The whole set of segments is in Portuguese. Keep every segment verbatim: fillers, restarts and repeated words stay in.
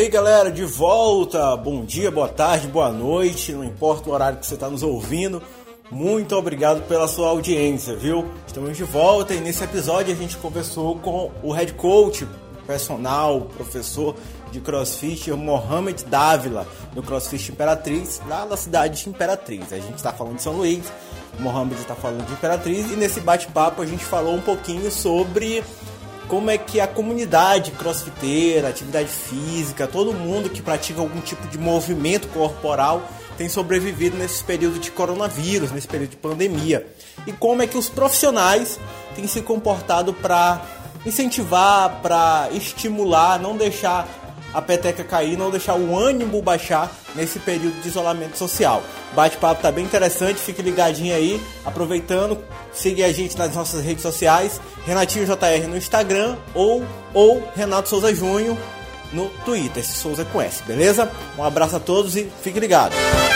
aí, galera, de volta. Bom dia, boa tarde, boa noite, não importa o horário que você está nos ouvindo. Muito obrigado pela sua audiência, viu? Estamos de volta e nesse episódio a gente conversou com o head coach, personal, professor de CrossFit, o Mohamed Dávila, do CrossFit Imperatriz, lá na cidade de Imperatriz. A gente está falando de São Luís, o Mohamed está falando de Imperatriz, e nesse bate-papo a gente falou um pouquinho sobre como é que a comunidade crossfiteira, atividade física, todo mundo que pratica algum tipo de movimento corporal tem sobrevivido nesse período de coronavírus, nesse período de pandemia. E como é que os profissionais têm se comportado para incentivar, para estimular, não deixar a peteca cair, não deixar o ânimo baixar nesse período de isolamento social. O bate-papo tá bem interessante, fique ligadinho aí, aproveitando, siga a gente nas nossas redes sociais, Renatinho J R no Instagram ou, ou Renato Souza Júnior no Twitter, esse Souza com S, beleza? Um abraço a todos e fique ligado.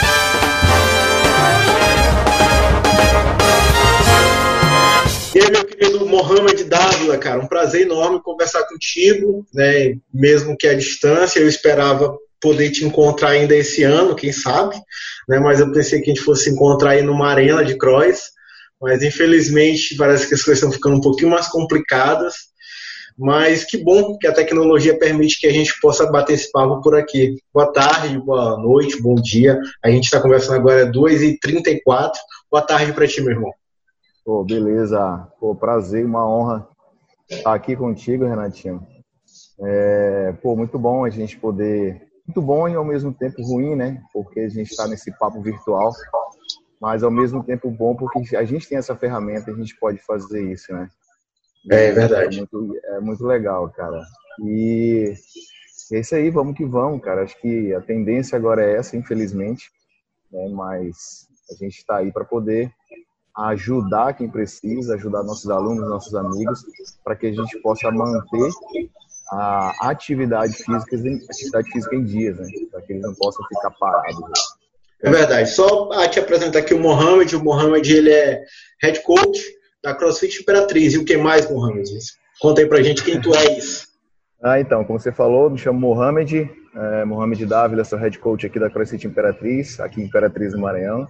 E aí, meu querido Mohamed Dávila, cara, um prazer enorme conversar contigo, né? Mesmo que à distância, eu esperava poder te encontrar ainda esse ano, quem sabe, né? Mas eu pensei que a gente fosse se encontrar aí numa arena de cross, mas infelizmente parece que as coisas estão ficando um pouquinho mais complicadas, mas que bom que a tecnologia permite que a gente possa bater esse papo por aqui. Boa tarde, boa noite, bom dia, a gente está conversando agora às duas e trinta e quatro, boa tarde para ti, meu irmão. Pô, beleza. Pô, prazer, uma honra estar aqui contigo, Renatinho. É, pô, muito bom a gente poder... Muito bom e ao mesmo tempo ruim, né? Porque a gente está nesse papo virtual, mas ao mesmo tempo bom porque a gente tem essa ferramenta e a gente pode fazer isso, né? É verdade. É muito, é muito legal, cara. E é isso aí, vamos que vamos, cara. Acho que a tendência agora é essa, infelizmente, né? Mas a gente está aí para poder ajudar quem precisa, ajudar nossos alunos, nossos amigos, para que a gente possa manter a atividade física, atividade física em dias, né? Para que eles não possam ficar parados. Né? É verdade. Só a te apresentar aqui o Mohamed. O Mohamed, ele é head coach da CrossFit Imperatriz. E o que mais, Mohamed? Conta aí pra gente quem tu és. Ah, então, como você falou, me chamo Mohamed, é, Mohamed Dávila, sou head coach aqui da CrossFit Imperatriz, aqui em Imperatriz, no Maranhão.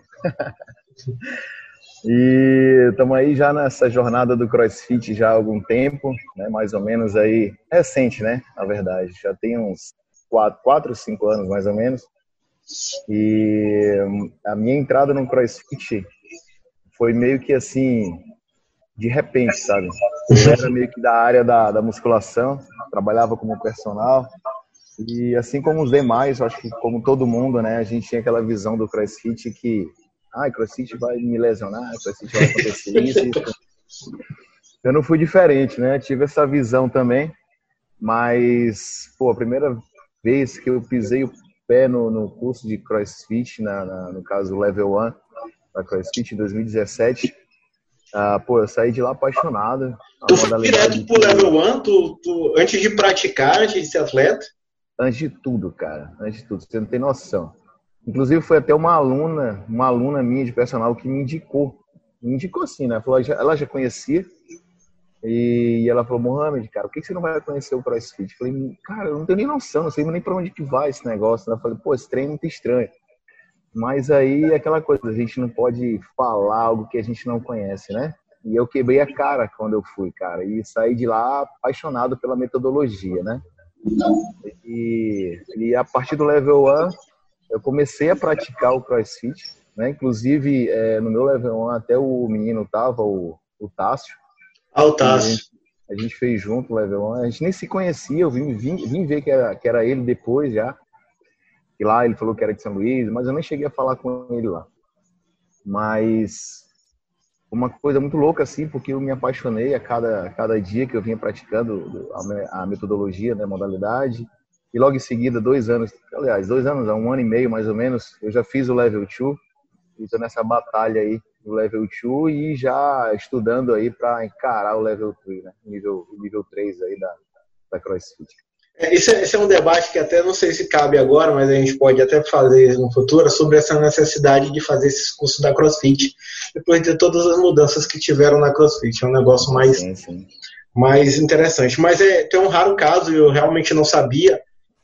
E estamos aí já nessa jornada do CrossFit já há algum tempo, né? Mais ou menos aí, recente, né? Na verdade, já tem uns quatro, cinco anos mais ou menos. E a minha entrada no CrossFit foi meio que assim, de repente, sabe? Eu era meio que da área da, da musculação, trabalhava como personal. E assim como os demais, eu acho que como todo mundo, né? A gente tinha aquela visão do CrossFit que ah, CrossFit vai me lesionar, CrossFit vai acontecer isso, isso. Eu não fui diferente, né? Tive essa visão também, mas, pô, a primeira vez que eu pisei o pé no, no curso de CrossFit, na, na, no caso Level um, da CrossFit em dois mil e dezessete, ah, pô, eu saí de lá apaixonado. Tu foi direto pro Level um, tu, tu, antes de praticar, antes de ser atleta? Antes de tudo, cara, antes de tudo, você não tem noção. Inclusive foi até uma aluna, uma aluna minha de personal que me indicou. Me indicou assim, né? Falou, ela já conhecia. E ela falou, Mohamed, cara, por que você não vai conhecer o CrossFit? Eu falei, cara, eu não tenho nem noção, não sei nem pra onde que vai esse negócio. Ela falou, pô, esse treino é muito estranho. Mas aí é aquela coisa, a gente não pode falar algo que a gente não conhece, né? E eu quebrei a cara quando eu fui, cara. E saí de lá apaixonado pela metodologia, né? E, e a partir do Level um, eu comecei a praticar o CrossFit, né? Inclusive, é, no meu Level um, até o menino tava, o, o Tássio. Ah, o Tássio. A gente, a gente fez junto o Level um. A gente nem se conhecia, eu vim, vim, vim ver que era, que era ele depois já. E lá ele falou que era de São Luís, mas eu nem cheguei a falar com ele lá. Mas uma coisa muito louca, assim, porque eu me apaixonei a cada, a cada dia que eu vinha praticando a, a metodologia, né, a modalidade. E logo em seguida, dois anos, aliás, dois anos, um ano e meio mais ou menos, eu já fiz o Level dois. E estou nessa batalha aí do Level dois e já estudando aí para encarar o Level três, né? Nível, nível três aí da, da CrossFit. Esse é, esse é um debate que até não sei se cabe agora, mas a gente pode até fazer no futuro, sobre essa necessidade de fazer esses cursos da CrossFit, depois de todas as mudanças que tiveram na CrossFit. É um negócio mais, sim, sim. mais interessante. Mas é, tem um raro caso, eu realmente não sabia,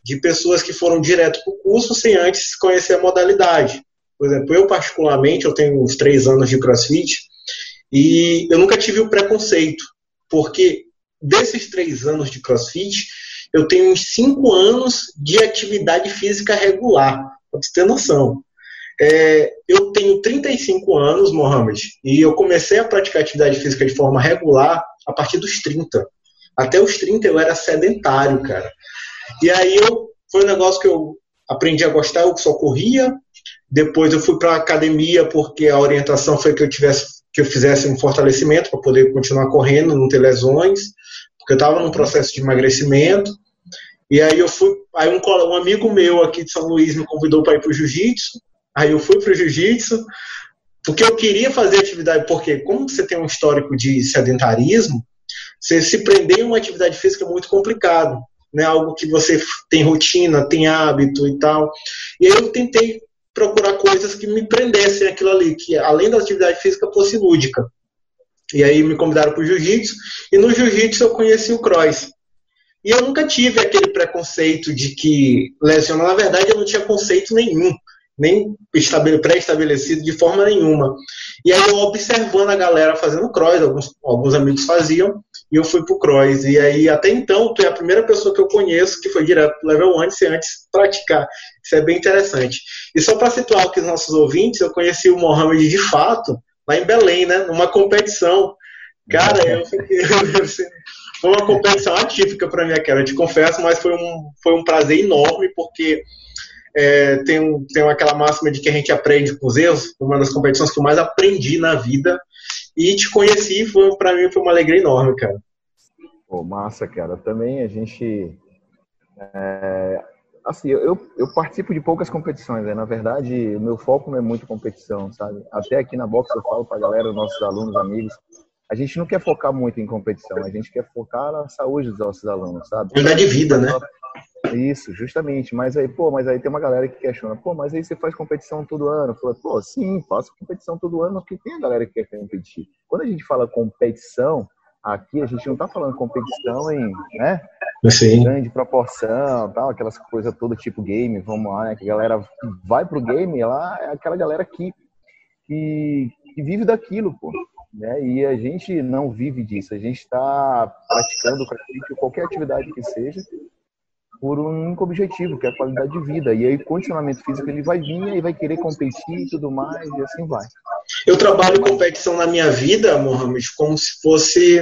de pessoas que foram direto para o curso sem antes conhecer a modalidade. Por exemplo, eu particularmente, eu tenho uns três anos de CrossFit e eu nunca tive o preconceito, porque desses três anos de CrossFit, eu tenho uns cinco anos de atividade física regular, para você ter noção. É, eu tenho trinta e cinco anos, Mohamed, e eu comecei a praticar atividade física de forma regular a partir dos trinta. Até os trinta eu era sedentário, cara. E aí eu, foi um negócio que eu aprendi a gostar, eu só corria. Depois eu fui para a academia porque a orientação foi que eu tivesse, que eu fizesse um fortalecimento para poder continuar correndo, não ter lesões, porque eu estava num processo de emagrecimento. E aí eu fui, aí um, um amigo meu aqui de São Luís me convidou para ir para o jiu-jitsu. Aí eu fui para o jiu-jitsu, porque eu queria fazer atividade, porque como você tem um histórico de sedentarismo, você se prender em uma atividade física é muito complicado, né? Algo que você tem rotina, tem hábito e tal. E aí eu tentei procurar coisas que me prendessem aquilo ali, que além da atividade física fosse lúdica. E aí me convidaram para o jiu-jitsu, e no jiu-jitsu eu conheci o cross. E eu nunca tive aquele preconceito de que lesiona. Na verdade, eu não tinha conceito nenhum, nem pré-estabelecido de forma nenhuma. E aí eu observando a galera fazendo cross, alguns, alguns amigos faziam, e eu fui pro cross. E aí até então, tu é a primeira pessoa que eu conheço que foi direto pro level um sem antes praticar. Isso é bem interessante. E só para situar aqui os nossos ouvintes, eu conheci o Mohamed de fato lá em Belém, né, numa competição. Cara, eu fiquei... Foi uma competição atípica para mim, cara, eu te confesso, mas foi um, foi um prazer enorme, porque é, tem, tem aquela máxima de que a gente aprende com os erros, uma das competições que eu mais aprendi na vida, e te conheci, foi, para mim foi uma alegria enorme, cara. Pô, massa, cara. Também a gente... É, assim, eu, eu participo de poucas competições, né? Na verdade, o meu foco não é muito competição, sabe? Até aqui na box eu falo pra galera, nossos alunos, amigos, a gente não quer focar muito em competição, a gente quer focar na saúde dos nossos alunos, sabe? Qualidade de vida, né? Isso, justamente. Mas aí, pô, mas aí tem uma galera que questiona, pô, mas aí você faz competição todo ano? Fala, pô, sim, faço competição todo ano, porque tem a galera que quer competir. Quando a gente fala competição, aqui a gente não tá falando competição em, né? Sim. Grande proporção, tal, aquelas coisas todas tipo game, vamos lá, né? Que a galera vai pro game, lá é aquela galera que, que, que vive daquilo, pô. Né? E a gente não vive disso, a gente está praticando qualquer atividade que seja por um único objetivo, que é a qualidade de vida. E aí o condicionamento físico ele vai vir e vai querer competir e tudo mais, e assim vai. Eu trabalho competição na minha vida, Mohamed, como se fosse...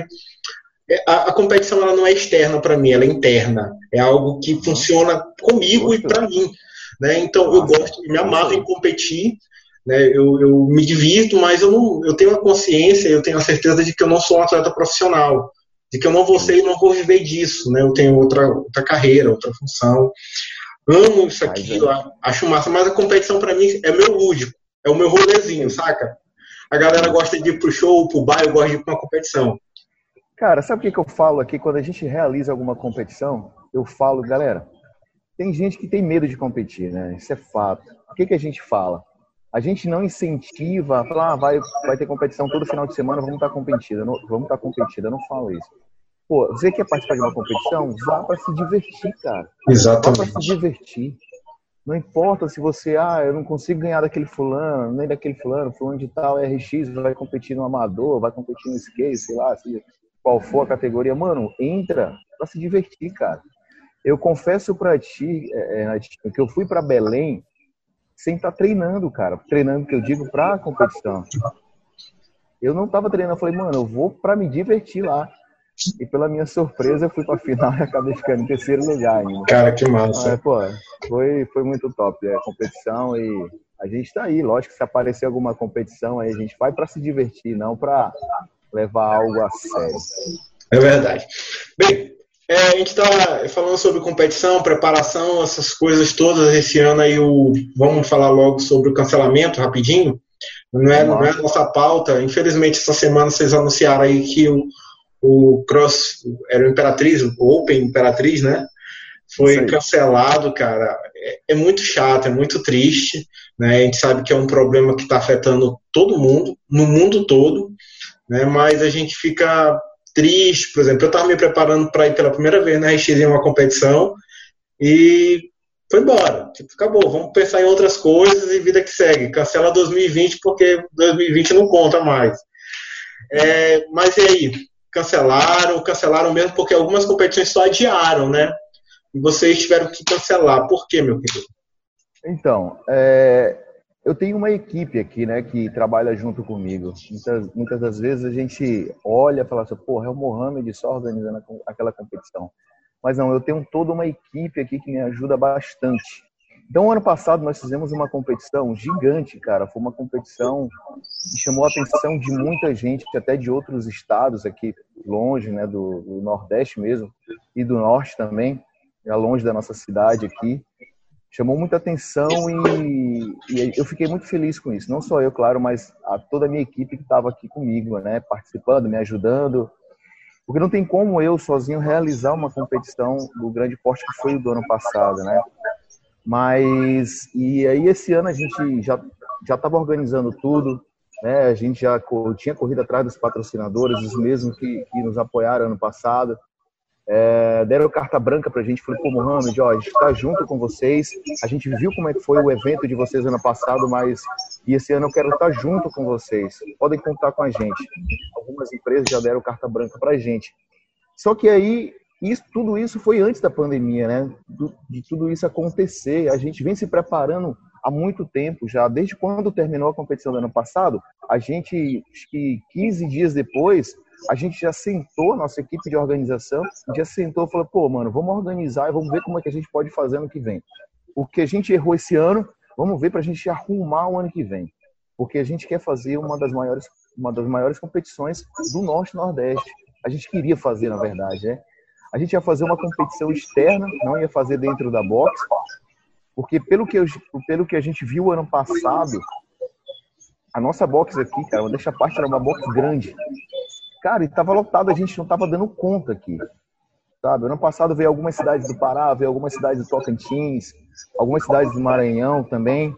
A, a competição ela não é externa para mim, ela é interna. É algo que funciona comigo Gosto. e para mim. Né? Então Nossa, eu gosto, me amarro em competir. Né, eu, eu me divirto, mas eu, não, eu tenho a consciência, eu tenho a certeza de que eu não sou um atleta profissional, de que eu não vou ser e não vou viver disso, né, eu tenho outra, outra carreira, outra função. Amo isso aqui, eu acho massa, mas a competição para mim é meu lúdico, é o meu rolezinho, saca? A galera gosta de ir pro show, pro bar, eu gosto de ir pra uma competição. Cara, sabe o que, que eu falo aqui? Quando a gente realiza alguma competição, eu falo, galera, tem gente que tem medo de competir, né? Isso é fato. O que, que a gente fala? A gente não incentiva, fala, ah, vai, vai ter competição todo final de semana, vamos estar competindo, vamos estar competindo, eu não falo isso. Pô, você quer participar de uma competição? Vá para se divertir, cara. Exatamente. Vá para se divertir. Não importa se você, ah, eu não consigo ganhar daquele fulano, nem daquele fulano, fulano de tal, R X, vai competir no amador, vai competir no skate, sei lá, sei qual for a categoria. Mano, entra para se divertir, cara. Eu confesso para ti, é, é, que eu fui para Belém sem estar treinando, cara. Treinando, que eu digo, pra competição. Eu não tava treinando. Eu falei, mano, eu vou pra me divertir lá. E pela minha surpresa, eu fui pra final e acabei ficando em terceiro lugar ainda. Cara, que massa. Mas, pô, foi, foi muito top. É, competição e a gente tá aí. Lógico que se aparecer alguma competição aí, a gente vai pra se divertir, não pra levar algo a sério. É verdade. Bem... É, a gente está falando sobre competição, preparação, essas coisas todas esse ano aí. O, vamos falar logo sobre o cancelamento, rapidinho. Não é, não é a nossa pauta. Infelizmente, essa semana vocês anunciaram aí que o, o Cross, era o Imperatriz, o Open Imperatriz, né? Foi cancelado, cara. É, é muito chato, é muito triste. Né? A gente sabe que é um problema que está afetando todo mundo, no mundo todo. Né? Mas a gente fica... triste, por exemplo, eu estava me preparando para ir pela primeira vez na R X em uma competição e foi embora. Tipo, acabou, vamos pensar em outras coisas e vida que segue. Cancela dois mil e vinte porque dois mil e vinte não conta mais. É, mas e aí? Cancelaram, cancelaram mesmo porque algumas competições só adiaram, né? E vocês tiveram que cancelar. Por quê, meu querido? Então, é, eu tenho uma equipe aqui, né, que trabalha junto comigo. Muitas, muitas das vezes a gente olha e fala assim, porra, é o Mohamed só organizando aquela competição. Mas não, eu tenho toda uma equipe aqui que me ajuda bastante. Então, ano passado nós fizemos uma competição gigante, cara. Foi uma competição que chamou a atenção de muita gente, até de outros estados aqui longe, né, do, do Nordeste mesmo, e do Norte também, já longe da nossa cidade aqui. Chamou muita atenção e, e eu fiquei muito feliz com isso. Não só eu, claro, mas a, toda a minha equipe que estava aqui comigo, né, participando, me ajudando. Porque não tem como eu sozinho realizar uma competição do grande porte que foi o do ano passado, né? Mas, e aí esse ano a gente já já estava organizando tudo, né? A gente já tinha corrido atrás dos patrocinadores, os mesmos que, que nos apoiaram ano passado. É, deram carta branca pra gente, falei, pô, Mohamed, ó, a gente tá junto com vocês, a gente viu como é que foi o evento de vocês ano passado, mas e esse ano eu quero estar junto com vocês, podem contar com a gente. Algumas empresas já deram carta branca pra gente. Só que aí, isso, tudo isso foi antes da pandemia, né? De tudo isso acontecer, a gente vem se preparando há muito tempo já, desde quando terminou a competição do ano passado, a gente, acho que quinze dias depois, a gente já sentou, nossa equipe de organização, já sentou e falou, pô, mano, vamos organizar e vamos ver como é que a gente pode fazer no que vem. O que a gente errou esse ano, vamos ver para a gente arrumar o ano que vem. Porque a gente quer fazer uma das maiores, uma das maiores competições do Norte e Nordeste. A gente queria fazer, na verdade, né? A gente ia fazer uma competição externa, não ia fazer dentro da box, porque pelo que, eu, pelo que a gente viu ano passado, a nossa box aqui, cara, deixa a parte era uma box grande. Cara, e tava lotado, a gente não tava dando conta aqui, sabe? Ano passado veio algumas cidades do Pará, veio algumas cidades do Tocantins, algumas cidades do Maranhão também,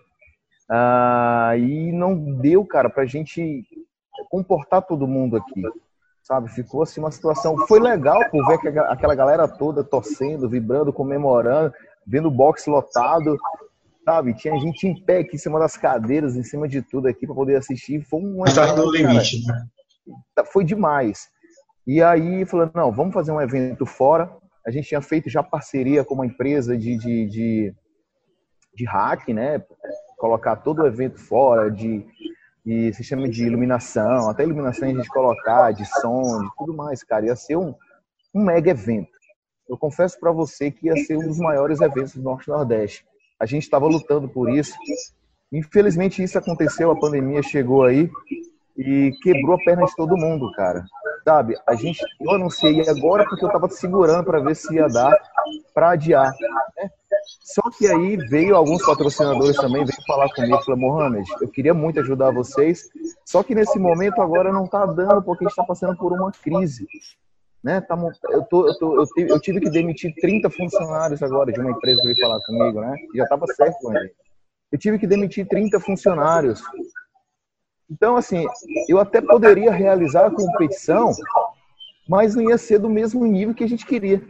ah, e não deu, cara, pra gente comportar todo mundo aqui, sabe? Ficou assim uma situação, foi legal por ver aquela galera toda torcendo, vibrando, comemorando, vendo o box lotado, sabe? Tinha gente em pé aqui em cima das cadeiras, em cima de tudo aqui pra poder assistir, foi um... Tá no limite, né? Foi demais. E aí, falando, não, vamos fazer um evento fora. A gente tinha feito já parceria com uma empresa de, de, de, de hack, né? Colocar todo o evento fora, de, de sistema de iluminação, até iluminação a gente colocar, de som, de tudo mais, cara. Ia ser um, um mega evento. Eu confesso para você que ia ser um dos maiores eventos do Norte e Nordeste. A gente estava lutando por isso. Infelizmente, isso aconteceu, a pandemia chegou aí e quebrou a perna de todo mundo, cara. Sabe? A gente, eu anunciei agora porque eu tava segurando para ver se ia dar para adiar, né? Só que aí veio alguns patrocinadores também, veio falar comigo, falou, Mohamed, eu queria muito ajudar vocês, só que nesse momento agora não tá dando, porque a gente tá passando por uma crise, né? Tá, eu, tô, eu, tô, eu, tive, eu tive que demitir trinta funcionários agora de uma empresa que veio falar comigo, né? E já tava certo, André. Eu tive que demitir trinta funcionários. Então, assim, eu até poderia realizar a competição, mas não ia ser do mesmo nível que a gente queria.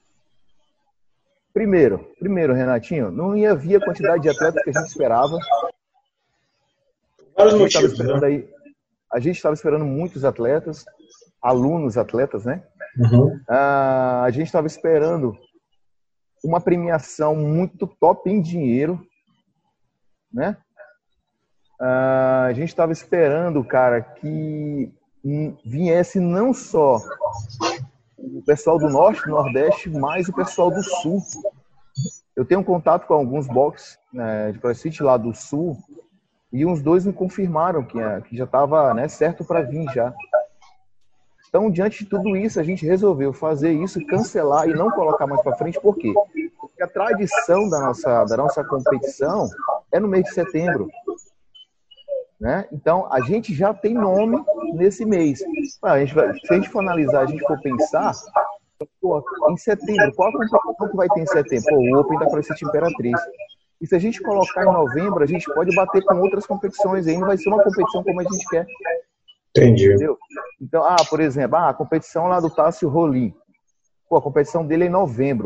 Primeiro, primeiro, Renatinho, não ia vir a quantidade de atletas que a gente esperava. A gente estava esperando aí, a gente estava esperando muitos atletas, alunos atletas, né? Uhum. Ah, a gente estava esperando uma premiação muito top em dinheiro, né? Uh, a gente estava esperando, cara, que viesse não só o pessoal do Norte, do Nordeste, mas o pessoal do Sul. Eu tenho contato com alguns boxes, né, de CrossFit lá do Sul, e uns dois me confirmaram que, que já estava, né, certo para vir já. Então, diante de tudo isso, a gente resolveu fazer isso, cancelar e não colocar mais para frente. Por quê? Porque a tradição da nossa, da nossa competição é no mês de setembro. Né? Então, a gente já tem nome nesse mês. A gente vai, se a gente for analisar, a gente for pensar, pô, em setembro, qual a competição que vai ter em setembro? Pô, o Open da CrossFit Imperatriz. E se a gente colocar em novembro, a gente pode bater com outras competições, e aí não vai ser uma competição como a gente quer. Entendi. Entendeu? Então, ah, por exemplo, ah, a competição lá do Tássio Rolim. Pô, a competição dele é em novembro.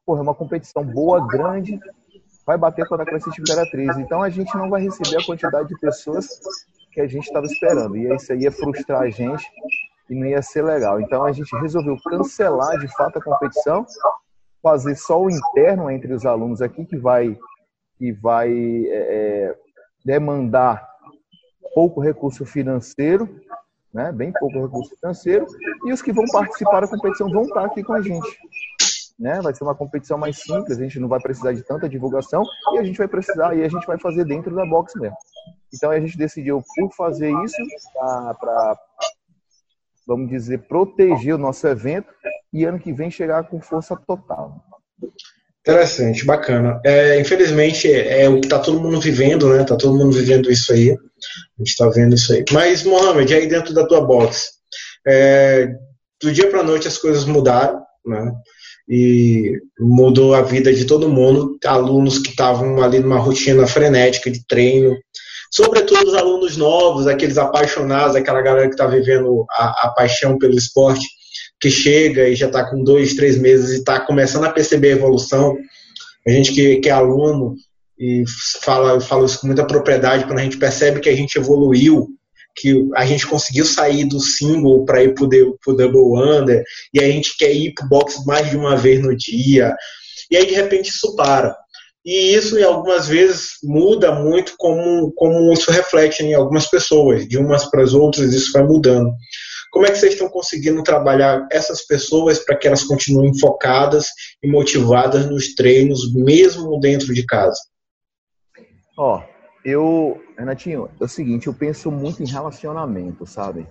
porra, é uma competição boa, grande, vai bater com a da CrossFit Imperatriz. Então a gente não vai receber a quantidade de pessoas que a gente estava esperando. E isso aí ia frustrar a gente e não ia ser legal. Então a gente resolveu cancelar de fato a competição, fazer só o interno entre os alunos aqui, que vai, que vai é, demandar pouco recurso financeiro, né? Bem pouco recurso financeiro, e os que vão participar da competição vão estar aqui com a gente. Né? Vai ser uma competição mais simples, a gente não vai precisar de tanta divulgação e a gente vai precisar, e a gente vai fazer dentro da box mesmo. Então a gente decidiu por fazer isso para, vamos dizer, proteger o nosso evento e ano que vem chegar com força total. Interessante, bacana. É, infelizmente é o que está todo mundo vivendo, né? Tá todo mundo vivendo isso aí. A gente está vendo isso aí. Mas, Mohamed, aí dentro da tua box, é, do dia para a noite as coisas mudaram, né? E mudou a vida de todo mundo. Alunos que estavam ali numa rotina frenética de treino, sobretudo os alunos novos, aqueles apaixonados, aquela galera que está vivendo a, a paixão pelo esporte, que chega e já está com dois, três meses e está começando a perceber a evolução. A gente que, que é aluno e fala, eu falo isso com muita propriedade, quando a gente percebe que a gente evoluiu, que a gente conseguiu sair do single para ir para o double under, e a gente quer ir para o box mais de uma vez no dia, e aí de repente isso para. E isso, em algumas vezes, muda muito como, como isso reflete em algumas pessoas, de umas para as outras, isso vai mudando. Como é que vocês estão conseguindo trabalhar essas pessoas para que elas continuem focadas e motivadas nos treinos, mesmo dentro de casa? Ó, oh, eu, Renatinho, é o seguinte, eu penso muito em relacionamento, sabe?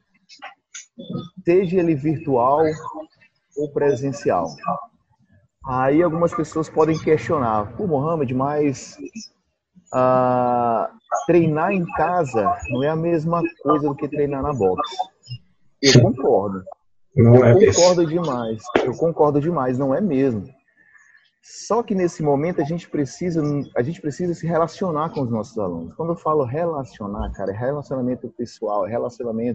Seja ele virtual ou presencial. Aí algumas pessoas podem questionar, pô, Mohamed, mas ah, treinar em casa não é a mesma coisa do que treinar na box. Eu concordo. Não eu é concordo demais. Eu concordo demais, não é mesmo. Só que nesse momento a gente precisa, a gente precisa se relacionar com os nossos alunos. Quando eu falo relacionar, cara, é relacionamento pessoal, é relacionamento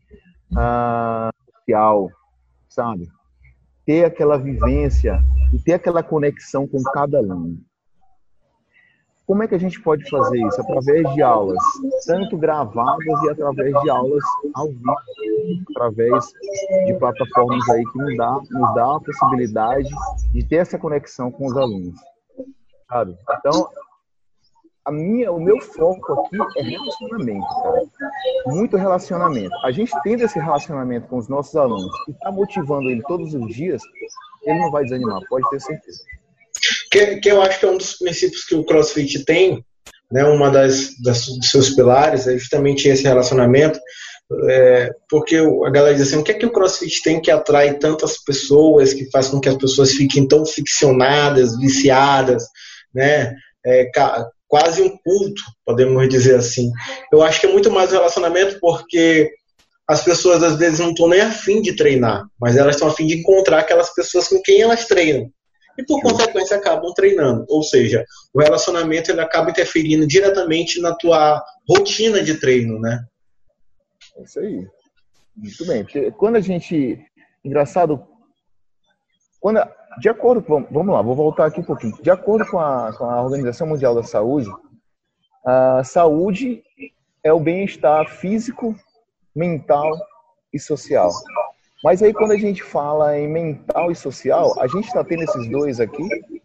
ah, social, sabe? Ter aquela vivência e ter aquela conexão com cada aluno. Como é que a gente pode fazer isso? Através de aulas, tanto gravadas e através de aulas ao vivo, através de plataformas aí que nos dá, nos dá a possibilidade de ter essa conexão com os alunos, sabe? Então, a minha, o meu foco aqui é relacionamento, cara. Muito relacionamento. A gente tendo esse relacionamento com os nossos alunos e está motivando ele todos os dias, ele não vai desanimar, pode ter certeza. Que, que eu acho que é um dos princípios que o CrossFit tem, né, uma das, das dos seus pilares é justamente esse relacionamento, é, porque a galera diz assim, o que é que o CrossFit tem que atrai tantas pessoas, que faz com que as pessoas fiquem tão ficcionadas, viciadas, né, é, quase um culto, podemos dizer assim. Eu acho que é muito mais o relacionamento, porque as pessoas às vezes não estão nem a fim de treinar, mas elas estão a fim de encontrar aquelas pessoas com quem elas treinam. E por consequência acabam treinando. Ou seja, o relacionamento ele acaba interferindo diretamente na tua rotina de treino, né? É isso aí. Muito bem. Porque quando a gente... Engraçado... Quando, de acordo com... Vamos lá, vou voltar aqui um pouquinho. De acordo com a, com a Organização Mundial da Saúde, a saúde é o bem-estar físico, mental e social. Mas aí quando a gente fala em mental e social, a gente está tendo esses dois aqui?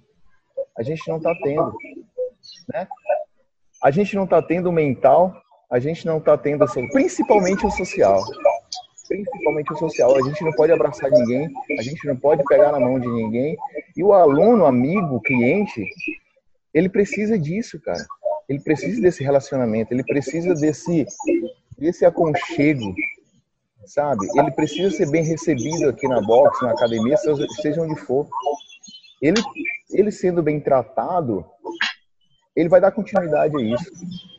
A gente não está tendo, né? A gente não está tendo o mental, a gente não está tendo, principalmente o social. Principalmente o social. A gente não pode abraçar ninguém, a gente não pode pegar na mão de ninguém. E o aluno, amigo, cliente, ele precisa disso, cara. Ele precisa desse relacionamento, ele precisa desse, desse aconchego, sabe? Ele precisa ser bem recebido aqui na box, na academia, seja onde for. Ele, ele sendo bem tratado, ele vai dar continuidade a isso,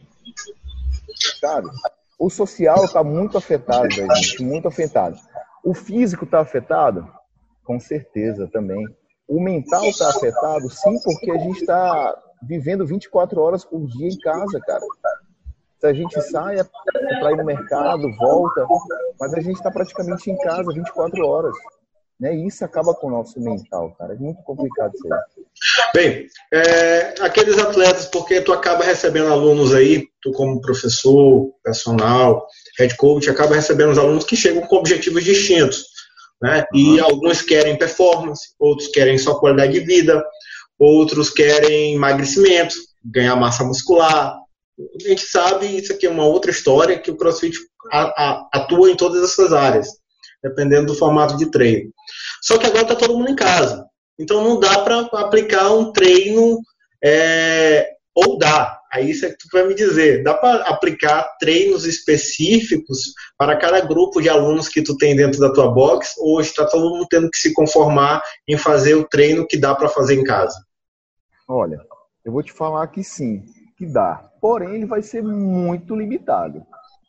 sabe? O social está muito afetado, gente, muito afetado. O físico está afetado? Com certeza também. O mental está afetado? Sim, porque a gente está vivendo vinte e quatro horas por dia em casa, cara. Se a gente sai é para ir no mercado, volta, mas a gente está praticamente em casa vinte e quatro horas. Né? E isso acaba com o nosso mental, cara. É muito complicado isso aí. Bem, é, aqueles atletas, porque tu acaba recebendo alunos aí, tu como professor, personal, head coach, acaba recebendo os alunos que chegam com objetivos distintos, né? Uhum. E alguns querem performance, outros querem só qualidade de vida, outros querem emagrecimento, ganhar massa muscular. A gente sabe, isso aqui é uma outra história, que o CrossFit a, a, atua em todas essas áreas, dependendo do formato de treino. Só que agora está todo mundo em casa. Então não dá para aplicar um treino, é, ou dá, aí isso é que tu vai me dizer, dá para aplicar treinos específicos para cada grupo de alunos que tu tem dentro da tua box, ou está todo mundo tendo que se conformar em fazer o treino que dá para fazer em casa? Olha, eu vou te falar que sim, que dá, porém ele vai ser muito limitado.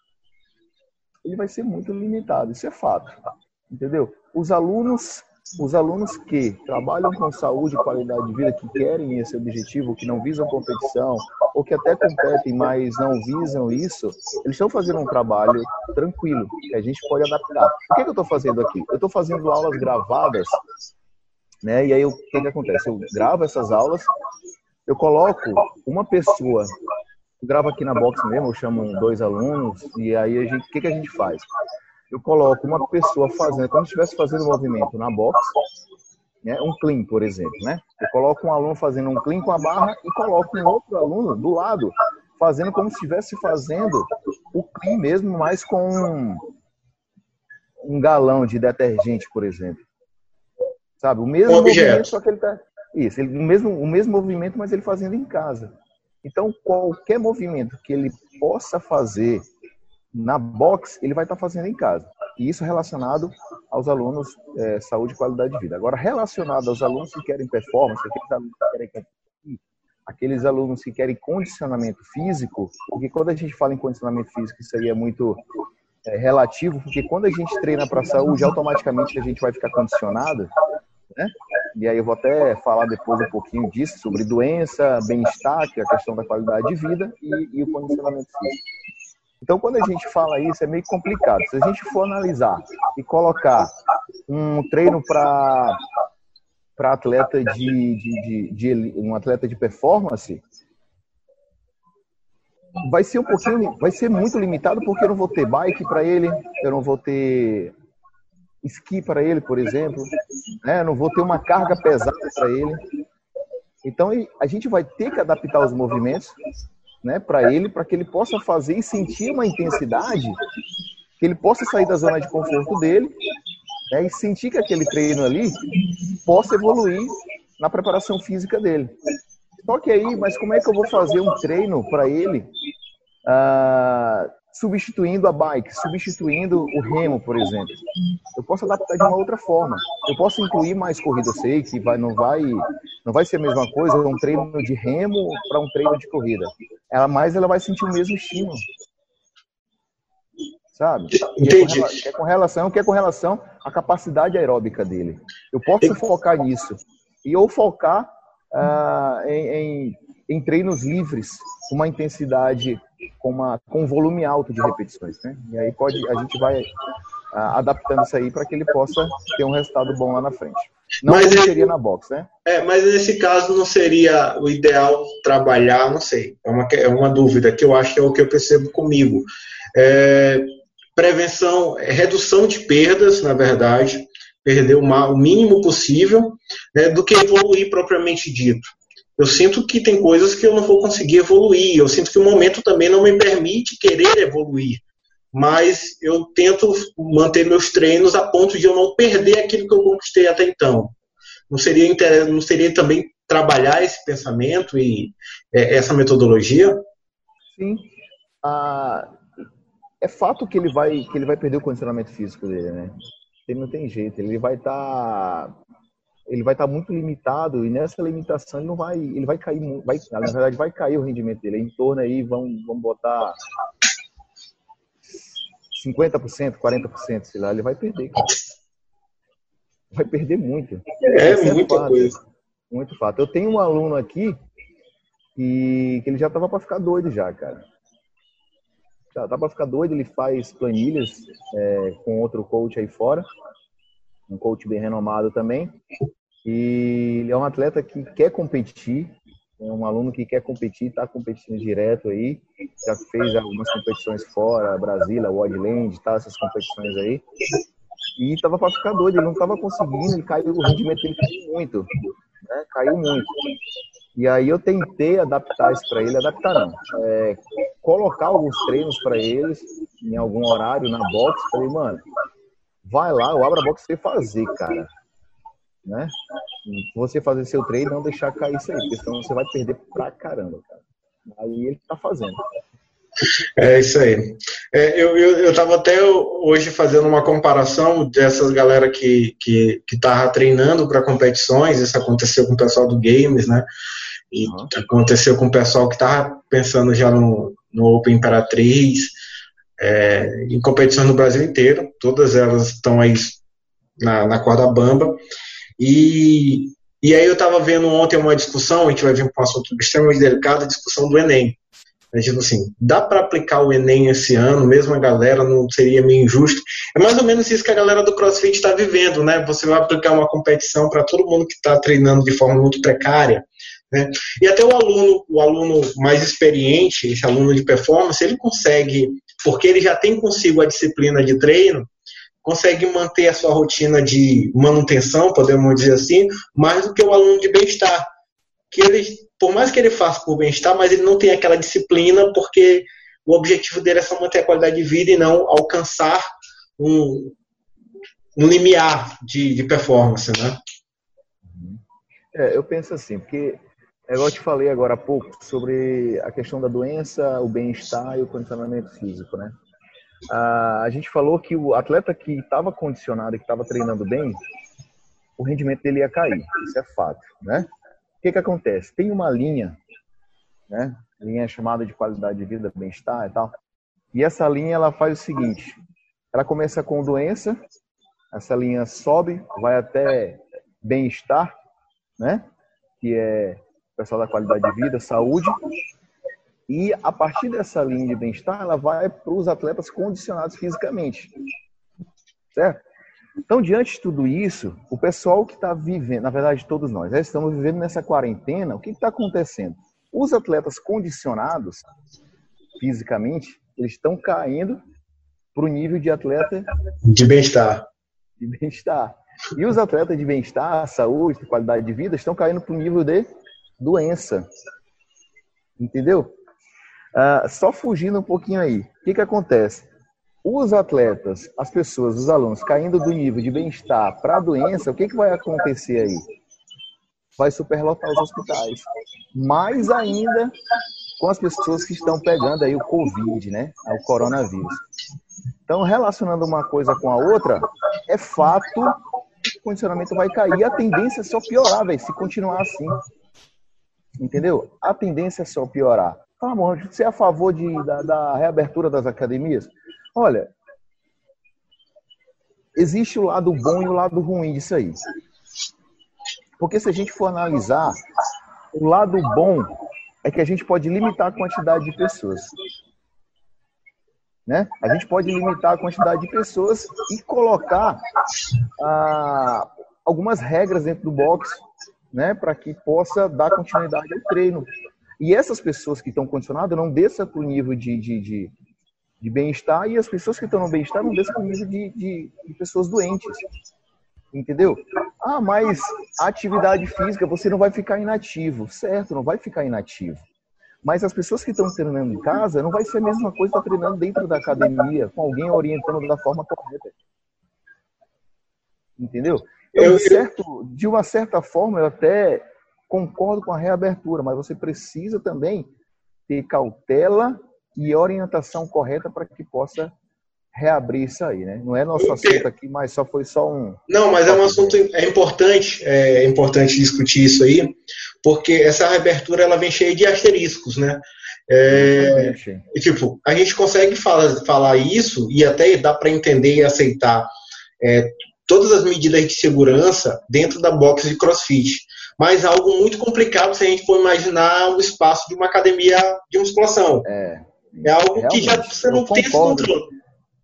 Ele vai ser muito limitado, isso é fato, entendeu? Os alunos... Os alunos que trabalham com saúde e qualidade de vida, que querem esse objetivo, que não visam competição, ou que até competem, mas não visam isso, eles estão fazendo um trabalho tranquilo, que a gente pode adaptar. O que, é que eu estou fazendo aqui? Eu estou fazendo aulas gravadas, né? E aí o que, que acontece? Eu gravo essas aulas, eu coloco uma pessoa, eu gravo aqui na box mesmo, eu chamo dois alunos, e aí a gente, o que, que a gente faz? Eu coloco uma pessoa fazendo, como se estivesse fazendo um movimento na box, né, um clean, por exemplo, né? Eu coloco um aluno fazendo um clean com a barra e coloco um outro aluno do lado, fazendo como se estivesse fazendo o clean mesmo, mas com um, um galão de detergente, por exemplo. Sabe? O mesmo um movimento, só que ele tá... Isso, ele, o, mesmo, o mesmo movimento, mas ele fazendo em casa. Então, qualquer movimento que ele possa fazer na box, ele vai estar fazendo em casa. E isso relacionado aos alunos é, saúde e qualidade de vida. Agora, relacionado aos alunos que querem performance, aqueles alunos que querem competir, aqueles alunos que querem condicionamento físico, porque quando a gente fala em condicionamento físico, isso aí é muito é, relativo, porque quando a gente treina para a saúde, automaticamente a gente vai ficar condicionado, né? E aí eu vou até falar depois um pouquinho disso, sobre doença, bem-estar, que é a questão da qualidade de vida, e, e o condicionamento físico. Então, quando a gente fala isso, é meio complicado. Se a gente for analisar e colocar um treino para para atleta de, de, de, de um atleta de performance, vai ser um pouquinho, vai ser muito limitado, porque eu não vou ter bike para ele, eu não vou ter esqui para ele, por exemplo, né? Eu não vou ter uma carga pesada para ele. Então, a gente vai ter que adaptar os movimentos, né, para ele, para que ele possa fazer e sentir uma intensidade, que ele possa sair da zona de conforto dele, né, e sentir que aquele treino ali possa evoluir na preparação física dele. Só que aí, mas como é que eu vou fazer um treino para ele ah, substituindo a bike, substituindo o remo, por exemplo? Eu posso adaptar de uma outra forma. Eu posso incluir mais corrida. Eu sei que vai, não, vai, não vai ser a mesma coisa um treino de remo para um treino de corrida. Ela, mas ela vai sentir o mesmo estímulo. Sabe? Entendi. Que é com relação, que é com relação à capacidade aeróbica dele. Eu posso focar nisso. E ou focar ah, em, em, em treinos livres, com uma intensidade, com, uma, com um volume alto de repetições, né? E aí pode, a gente vai ah, adaptando isso aí para que ele possa ter um resultado bom lá na frente. Não mas como seria na box, né? É, mas nesse caso não seria o ideal trabalhar, não sei, é uma, é uma dúvida que eu acho que é o que eu percebo comigo. É, prevenção, redução de perdas, na verdade, perder o, o mínimo possível, né, do que evoluir propriamente dito. Eu sinto que tem coisas que eu não vou conseguir evoluir, eu sinto que o momento também não me permite querer evoluir, mas eu tento manter meus treinos a ponto de eu não perder aquilo que eu conquistei até então. Não seria, não seria também trabalhar esse pensamento e é, essa metodologia? Sim. Ah, é fato que ele vai, que ele vai perder o condicionamento físico dele, né? Ele não tem jeito, ele vai estar... Tá... ele vai estar muito limitado, e nessa limitação ele não vai, ele vai cair, vai, na verdade vai cair o rendimento dele, em torno aí, vamos, vamos botar cinquenta por cento, quarenta por cento, sei lá, ele vai perder, cara. Vai perder muito. É, é muita fato, coisa. Muito fato. Eu tenho um aluno aqui que, que ele já tava para ficar doido já, cara. Já tava para ficar doido, ele faz planilhas é, com outro coach aí fora, um coach bem renomado também. E ele é um atleta que quer competir, é um aluno que quer competir, está competindo direto aí, já fez algumas competições fora, Brasília, Wildland, tá, essas competições aí, e estava para ficar doido, ele não estava conseguindo, ele caiu, o rendimento dele caiu muito, né? Caiu muito. E aí eu tentei adaptar isso para ele, adaptar não, é, colocar alguns treinos para eles, em algum horário, na box, falei, mano, vai lá, eu abro a box pra você fazer, cara. Né? Você fazer seu treino e não deixar cair isso aí, porque senão você vai perder pra caramba, cara. Aí ele tá fazendo. É isso aí. É, eu, eu, eu tava até hoje fazendo uma comparação dessas galera que, que, que tava treinando para competições. Isso aconteceu com o pessoal do Games, né? E uhum. aconteceu com o pessoal que tava pensando já no, no Open Imperatriz, é, em competições no Brasil inteiro. Todas elas estão aí na, na corda bamba. E, e aí eu estava vendo ontem uma discussão, a gente vai vir para um assunto extremamente delicado, a discussão do Enem. Eu digo assim, dá para aplicar o Enem esse ano, mesmo a galera, não seria meio injusto? É mais ou menos isso que a galera do CrossFit está vivendo, né? Você vai aplicar uma competição para todo mundo que está treinando de forma muito precária, né? E até o aluno, o aluno mais experiente, esse aluno de performance, ele consegue, porque ele já tem consigo a disciplina de treino, consegue manter a sua rotina de manutenção, podemos dizer assim, mais do que o aluno de bem-estar. Que ele, por mais que ele faça por bem-estar, mas ele não tem aquela disciplina, porque o objetivo dele é só manter a qualidade de vida e não alcançar um, um limiar de, de performance, né? É, eu penso assim, porque é igual eu te falei agora há pouco sobre a questão da doença, o bem-estar e o condicionamento físico, né? Ah, a gente falou que o atleta que estava condicionado e que estava treinando bem, o rendimento dele ia cair. Isso é fato, né? O que que acontece? Tem uma linha, né? Linha chamada de qualidade de vida, bem-estar e tal. E essa linha, ela faz o seguinte. Ela começa com doença, essa linha sobe, vai até bem-estar, né? Que é o pessoal da qualidade de vida, saúde. E a partir dessa linha de bem-estar, ela vai para os atletas condicionados fisicamente. Certo? Então, diante de tudo isso, o pessoal que está vivendo, na verdade, todos nós, né, estamos vivendo nessa quarentena, o que está acontecendo? Os atletas condicionados fisicamente, eles estão caindo para o nível de atleta de bem-estar. De bem-estar. E os atletas de bem-estar, saúde, qualidade de vida, estão caindo para o nível de doença. Entendeu? Uh, só fugindo um pouquinho aí. O que que acontece? Os atletas, as pessoas, os alunos, caindo do nível de bem-estar para a doença, o que que vai acontecer aí? Vai superlotar os hospitais. Mais ainda com as pessoas que estão pegando aí o Covid, né? O coronavírus. Então, relacionando uma coisa com a outra, é fato que o condicionamento vai cair e a tendência é só piorar, véio, se continuar assim. Entendeu? A tendência é só piorar. Fala, amor, você é a favor de, da, da reabertura das academias? Olha, existe o lado bom e o lado ruim disso aí. Porque se a gente for analisar, o lado bom é que a gente pode limitar a quantidade de pessoas. Né? A gente pode limitar a quantidade de pessoas e colocar ah, algumas regras dentro do box, né, para que possa dar continuidade ao treino. E essas pessoas que estão condicionadas não desçam para o nível de, de, de, de bem-estar, e as pessoas que estão no bem-estar não desçam para o nível de, de, de pessoas doentes. Entendeu? Ah, mas a atividade física, você não vai ficar inativo. Certo, não vai ficar inativo. Mas as pessoas que estão treinando em casa, não vai ser a mesma coisa que estar treinando dentro da academia, com alguém orientando da forma correta. Entendeu? Eu, de, certo, de uma certa forma, eu até concordo com a reabertura, mas você precisa também ter cautela e orientação correta para que possa reabrir isso aí, né? Não é nosso assunto aqui, mas só foi só um... Não, mas é um assunto é importante, é importante discutir isso aí, porque essa reabertura ela vem cheia de asteriscos, né? É, tipo, a gente consegue falar, falar isso e até dá para entender e aceitar é, todas as medidas de segurança dentro da box de CrossFit. Mas algo muito complicado se a gente for imaginar o espaço de uma academia de musculação. É, é algo realmente, que já você não tem esse controle.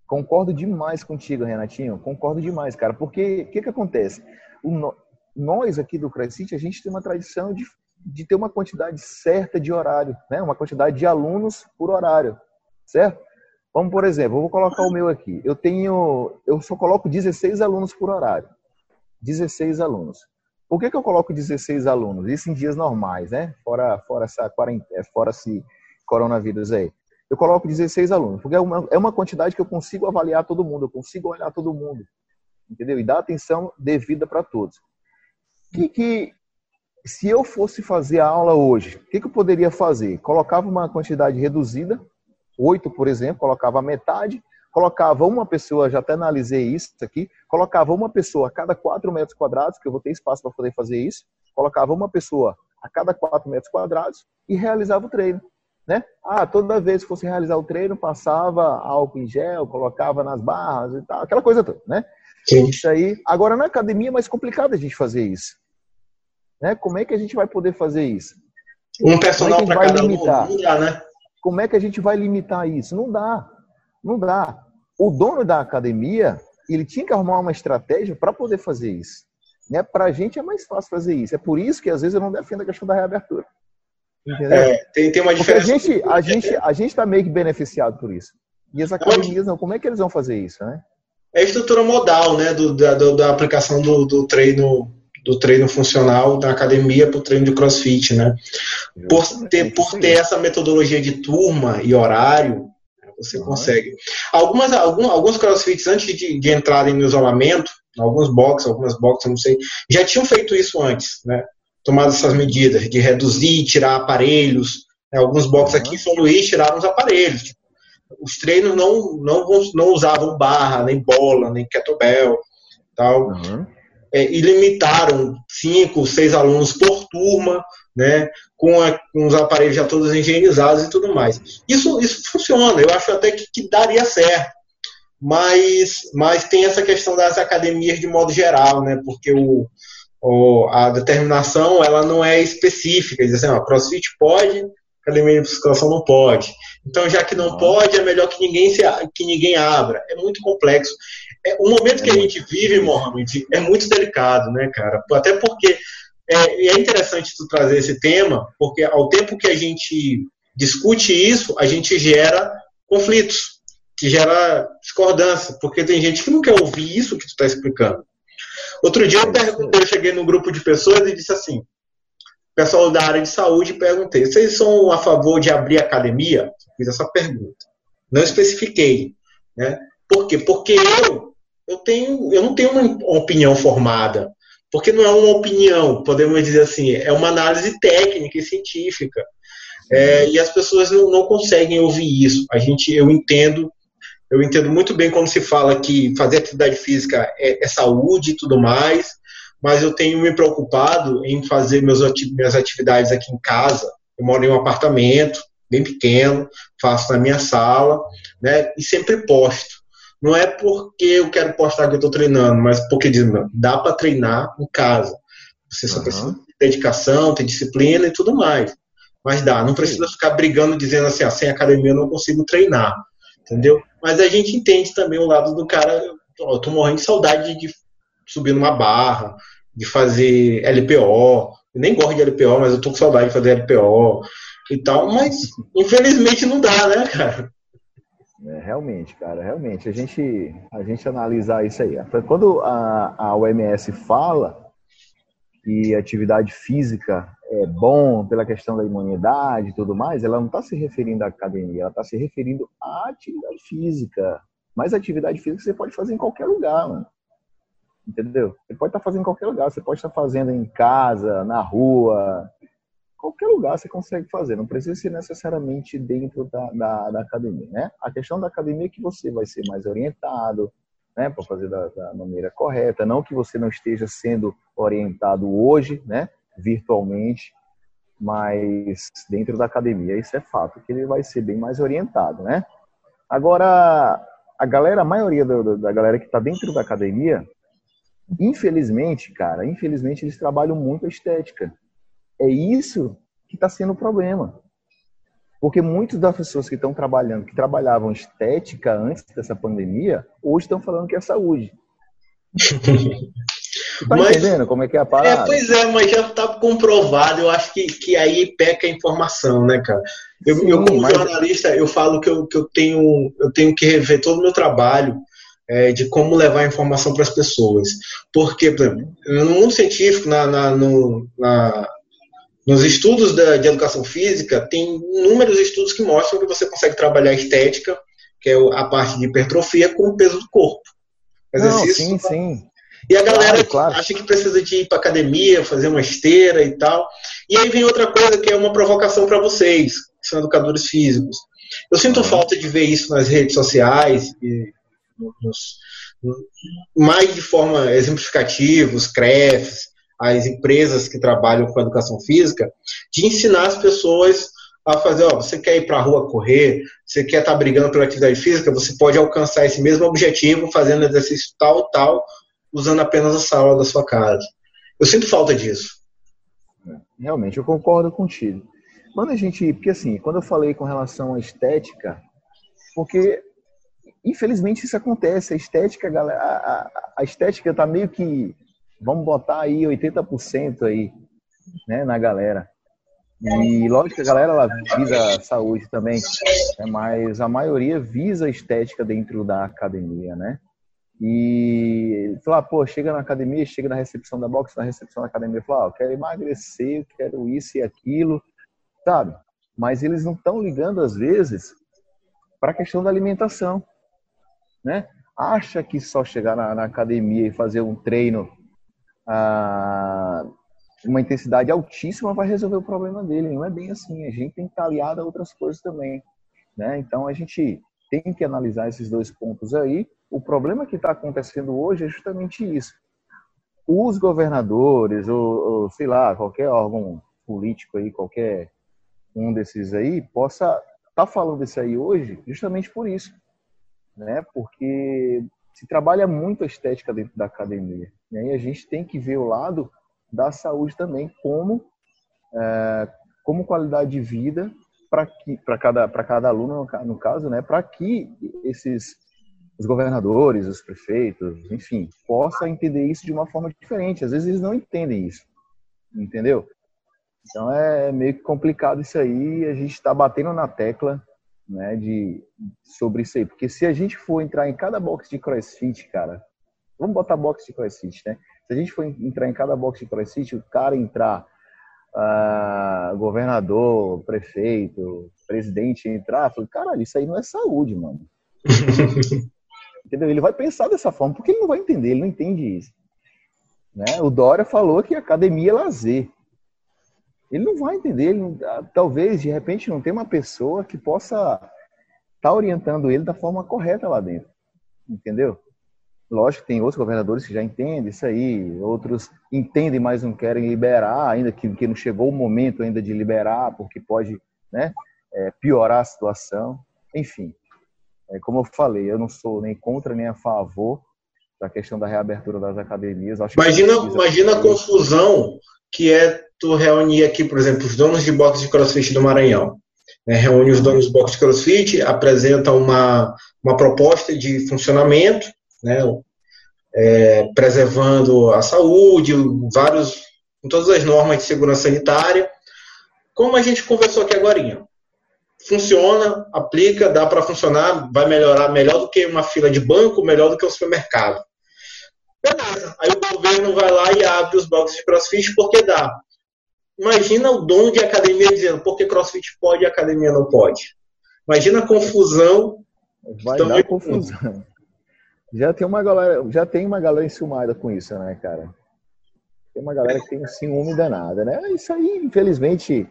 Concordo demais contigo, Renatinho. Concordo demais, cara. Porque o que, que acontece? O no... Nós aqui do CrossFit, a gente tem uma tradição de, de ter uma quantidade certa de horário, né? Uma quantidade de alunos por horário, certo? Vamos, por exemplo, eu vou colocar o meu aqui. Eu tenho, eu só coloco dezesseis alunos por horário. dezesseis alunos. Por que que eu coloco dezesseis alunos? Isso em dias normais, né? Fora, fora essa quarentena, fora esse coronavírus aí. Eu coloco dezesseis alunos, porque é uma, é uma quantidade que eu consigo avaliar todo mundo, eu consigo olhar todo mundo, entendeu? E dar atenção devida para todos. Que, que, se eu fosse fazer a aula hoje, o que, que eu poderia fazer? Colocava uma quantidade reduzida, oito, por exemplo, colocava a metade, colocava uma pessoa, já até analisei isso aqui, colocava uma pessoa a cada quatro metros quadrados, que eu vou ter espaço para poder fazer isso, colocava uma pessoa a cada quatro metros quadrados e realizava o treino. Né? Ah, toda vez que fosse realizar o treino, passava álcool em gel, colocava nas barras e tal, aquela coisa toda, né? Sim. Isso aí. Agora, na academia é mais complicado a gente fazer isso. Né? Como é que a gente vai poder fazer isso? Um personal para cada um, não dá, né? Como é que a gente vai limitar isso? Não dá. Não dá. O dono da academia, ele tinha que arrumar uma estratégia para poder fazer isso. Né? Para a gente é mais fácil fazer isso. É por isso que, às vezes, eu não defendo a questão da reabertura. É, tem, tem uma diferença. Porque a gente a gente a gente está meio que beneficiado por isso. E as academias não. Como é que eles vão fazer isso, né? É a estrutura modal, né, do, da, do, da aplicação do, do treino do treino funcional da academia para o treino de CrossFit, né? Por ter por ter essa metodologia de turma e horário, você consegue. Algumas alguns, alguns CrossFits antes de, de entrarem no isolamento, alguns boxes, algumas boxes, eu não sei, já tinham feito isso antes, né? Tomado essas medidas de reduzir, tirar aparelhos. Né? Alguns boxes uhum. aqui em São Luís tiraram os aparelhos. Tipo, os treinos não, não, não usavam barra, nem bola, nem kettlebell. Tal. Uhum. É, e limitaram cinco, seis alunos por turma, né? com, a, com os aparelhos já todos higienizados e tudo mais. Isso, isso funciona, eu acho até que, que daria certo. Mas, mas tem essa questão das academias de modo geral, né? Porque o a determinação ela não é específica, diz assim, ó, CrossFit pode, academia de musculação não pode. Então, já que não pode, é melhor que ninguém, se, que ninguém abra. É muito complexo. É, o momento que a gente vive, Mohamed, é muito delicado, né, cara? Até porque é, é interessante tu trazer esse tema, porque ao tempo que a gente discute isso, a gente gera conflitos, que gera discordância, porque tem gente que não quer ouvir isso que tu está explicando. Outro dia eu, perguntei, eu cheguei num grupo de pessoas e disse assim, pessoal da área de saúde, perguntei, vocês são a favor de abrir academia? Fiz essa pergunta. Não especifiquei. Né? Por quê? Porque eu, eu, tenho, eu não tenho uma opinião formada. Porque não é uma opinião, podemos dizer assim, é uma análise técnica e científica. É, e as pessoas não, não conseguem ouvir isso. A gente, eu entendo Eu entendo muito bem quando se fala que fazer atividade física é, é saúde e tudo mais, mas eu tenho me preocupado em fazer meus, minhas atividades aqui em casa. Eu moro em um apartamento bem pequeno, faço na minha sala, né, e sempre posto. Não é porque eu quero postar que eu estou treinando, mas porque diz, dá para treinar em casa. Você só uhum. precisa ter dedicação, ter disciplina e tudo mais. Mas dá, não precisa Sim. ficar brigando dizendo assim, ah, sem academia eu não consigo treinar. Entendeu? Mas a gente entende também o lado do cara, eu tô morrendo de saudade de, de subir numa barra, de fazer L P O, eu nem gosto de L P O, mas eu tô com saudade de fazer L P O e tal, mas infelizmente não dá, né, cara? É, realmente, cara, realmente, a gente, a gente analisar isso aí, quando a, a O M S fala que atividade física é bom pela questão da imunidade e tudo mais, ela não está se referindo à academia, ela está se referindo à atividade física. Mas a atividade física você pode fazer em qualquer lugar, mano. Entendeu? Você pode estar tá fazendo em qualquer lugar, você pode estar tá fazendo em casa, na rua, qualquer lugar você consegue fazer, não precisa ser necessariamente dentro da, da, da academia, né? A questão da academia é que você vai ser mais orientado, né, para fazer da, da maneira correta, não que você não esteja sendo orientado hoje, né, virtualmente, mas dentro da academia, isso é fato, que ele vai ser bem mais orientado, né? Agora, a galera, a maioria do, da galera que está dentro da academia, infelizmente, cara, infelizmente eles trabalham muito a estética. É isso que está sendo o problema. Porque muitas das pessoas que estão trabalhando, que trabalhavam estética antes dessa pandemia, hoje estão falando que é saúde. Tá mas, entendendo como é que é a parada? É, pois é, mas já está comprovado. Eu acho que, que aí peca a informação, né, cara? Eu, Sim, eu como mas... jornalista, eu falo que, eu, que eu, tenho, eu tenho que rever todo o meu trabalho é, de como levar a informação para as pessoas. Porque, por exemplo, no mundo científico, na, na, no, na, nos estudos da, de educação física, tem inúmeros estudos que mostram que você consegue trabalhar estética, que é a parte de hipertrofia, com o peso do corpo. Exercício. Não, sim, sim. E a galera claro, claro. acha que precisa de ir para academia, fazer uma esteira e tal. E aí vem outra coisa que é uma provocação para vocês, que são educadores físicos. Eu sinto falta de ver isso nas redes sociais, e nos, mais de forma exemplificativa, os C R E Fs, as empresas que trabalham com educação física, de ensinar as pessoas a fazer, ó, você quer ir para a rua correr, você quer estar tá brigando pela atividade física, você pode alcançar esse mesmo objetivo fazendo exercício tal, tal, usando apenas a sala da sua casa. Eu sinto falta disso. Realmente, eu concordo contigo. Quando a gente, porque assim, quando eu falei com relação à estética, porque infelizmente isso acontece, a estética, galera, a, a, a estética tá meio que, vamos botar aí oitenta por cento aí, né, na galera. E lógico que a galera ela visa a saúde também, né, mas a maioria visa a estética dentro da academia, né? E falar, pô, chega na academia, chega na recepção da box, na recepção da academia, fala, ah, eu quero emagrecer, eu quero isso e aquilo, sabe? Mas eles não estão ligando, às vezes, para a questão da alimentação, né? Acha que só chegar na, na academia e fazer um treino ah, uma intensidade altíssima vai resolver o problema dele. Não é bem assim, a gente tem que estar aliado a outras coisas também, né? Então a gente tem que analisar esses dois pontos aí. O problema que está acontecendo hoje é justamente isso. Os governadores, ou, ou sei lá, qualquer órgão político aí, qualquer um desses aí, possa estar tá falando isso aí hoje justamente por isso, né? Porque se trabalha muito a estética dentro da academia, né? E a gente tem que ver o lado da saúde também como, é, como qualidade de vida para cada, para cada aluno, no caso, né? Para que esses os governadores, os prefeitos, enfim, possa entender isso de uma forma diferente. Às vezes eles não entendem isso, entendeu? Então é meio que complicado isso aí, a gente está batendo na tecla, né, de, sobre isso aí. Porque se a gente for entrar em cada box de CrossFit, cara, vamos botar box de CrossFit, né? Se a gente for entrar em cada box de CrossFit, o cara entrar, uh, governador, prefeito, presidente entrar, fala, caralho, isso aí não é saúde, mano. Entendeu? Ele vai pensar dessa forma, porque ele não vai entender, ele não entende isso. Né? O Dória falou que academia é lazer. Ele não vai entender, ele não, talvez, de repente, não tenha uma pessoa que possa estar tá orientando ele da forma correta lá dentro. Entendeu? Lógico que tem outros governadores que já entendem isso aí, outros entendem, mas não querem liberar, ainda que, que não chegou o momento ainda de liberar, porque pode, né, é, piorar a situação. Enfim. É, como eu falei, eu não sou nem contra nem a favor da questão da reabertura das academias. Acho imagina que imagina a confusão que é tu reunir aqui, por exemplo, os donos de boxe de CrossFit do Maranhão. É, reúne os donos de boxe de CrossFit, apresenta uma, uma proposta de funcionamento, né, é, preservando a saúde, vários, com todas as normas de segurança sanitária. Como a gente conversou aqui agorinha. Funciona, aplica, dá para funcionar, vai melhorar melhor do que uma fila de banco, melhor do que um supermercado. Beleza. Aí o governo vai lá e abre os boxes de CrossFit porque dá. Imagina o dono de academia dizendo por que CrossFit pode e a academia não pode. Imagina a confusão. Vai dar confusão. Já tem uma galera, já tem uma galera enciumada com isso, né, cara? Tem uma galera que tem um ciúme danada, né? Isso aí, infelizmente...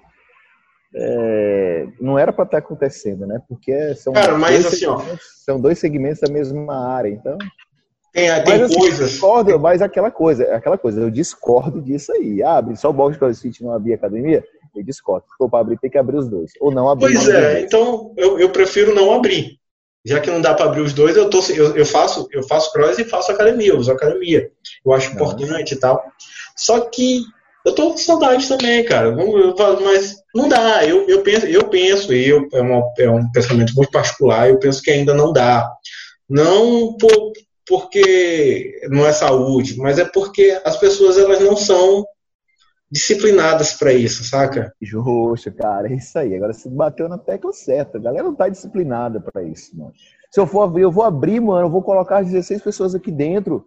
É, não era para estar acontecendo, né? Porque são, cara, mas, dois assim, ó, são dois segmentos da mesma área, então. Tem, tem mas, assim, coisas. Discordo, mas aquela coisa, aquela coisa, eu discordo disso aí. Abre só o box de CrossFit não abrir academia, eu discordo. Se for para abrir, tem que abrir os dois. Ou não abrir. Pois é, então eu, eu prefiro não abrir. Já que não dá para abrir os dois, eu, tô, eu, eu, faço, eu faço cross e faço academia, eu uso academia. Eu acho importante e tal. Só que Eu tô com saudade também, cara. Mas não dá. Eu, eu penso, eu penso, e eu, é, uma, é um pensamento muito particular, eu penso que ainda não dá. Não por, porque não é saúde, mas é porque as pessoas elas não são disciplinadas para isso, saca? Justo, cara, é isso aí. Agora você bateu na tecla certa. A galera não tá disciplinada para isso, mano. Se eu for abrir, eu vou abrir, mano, eu vou colocar as dezesseis pessoas aqui dentro.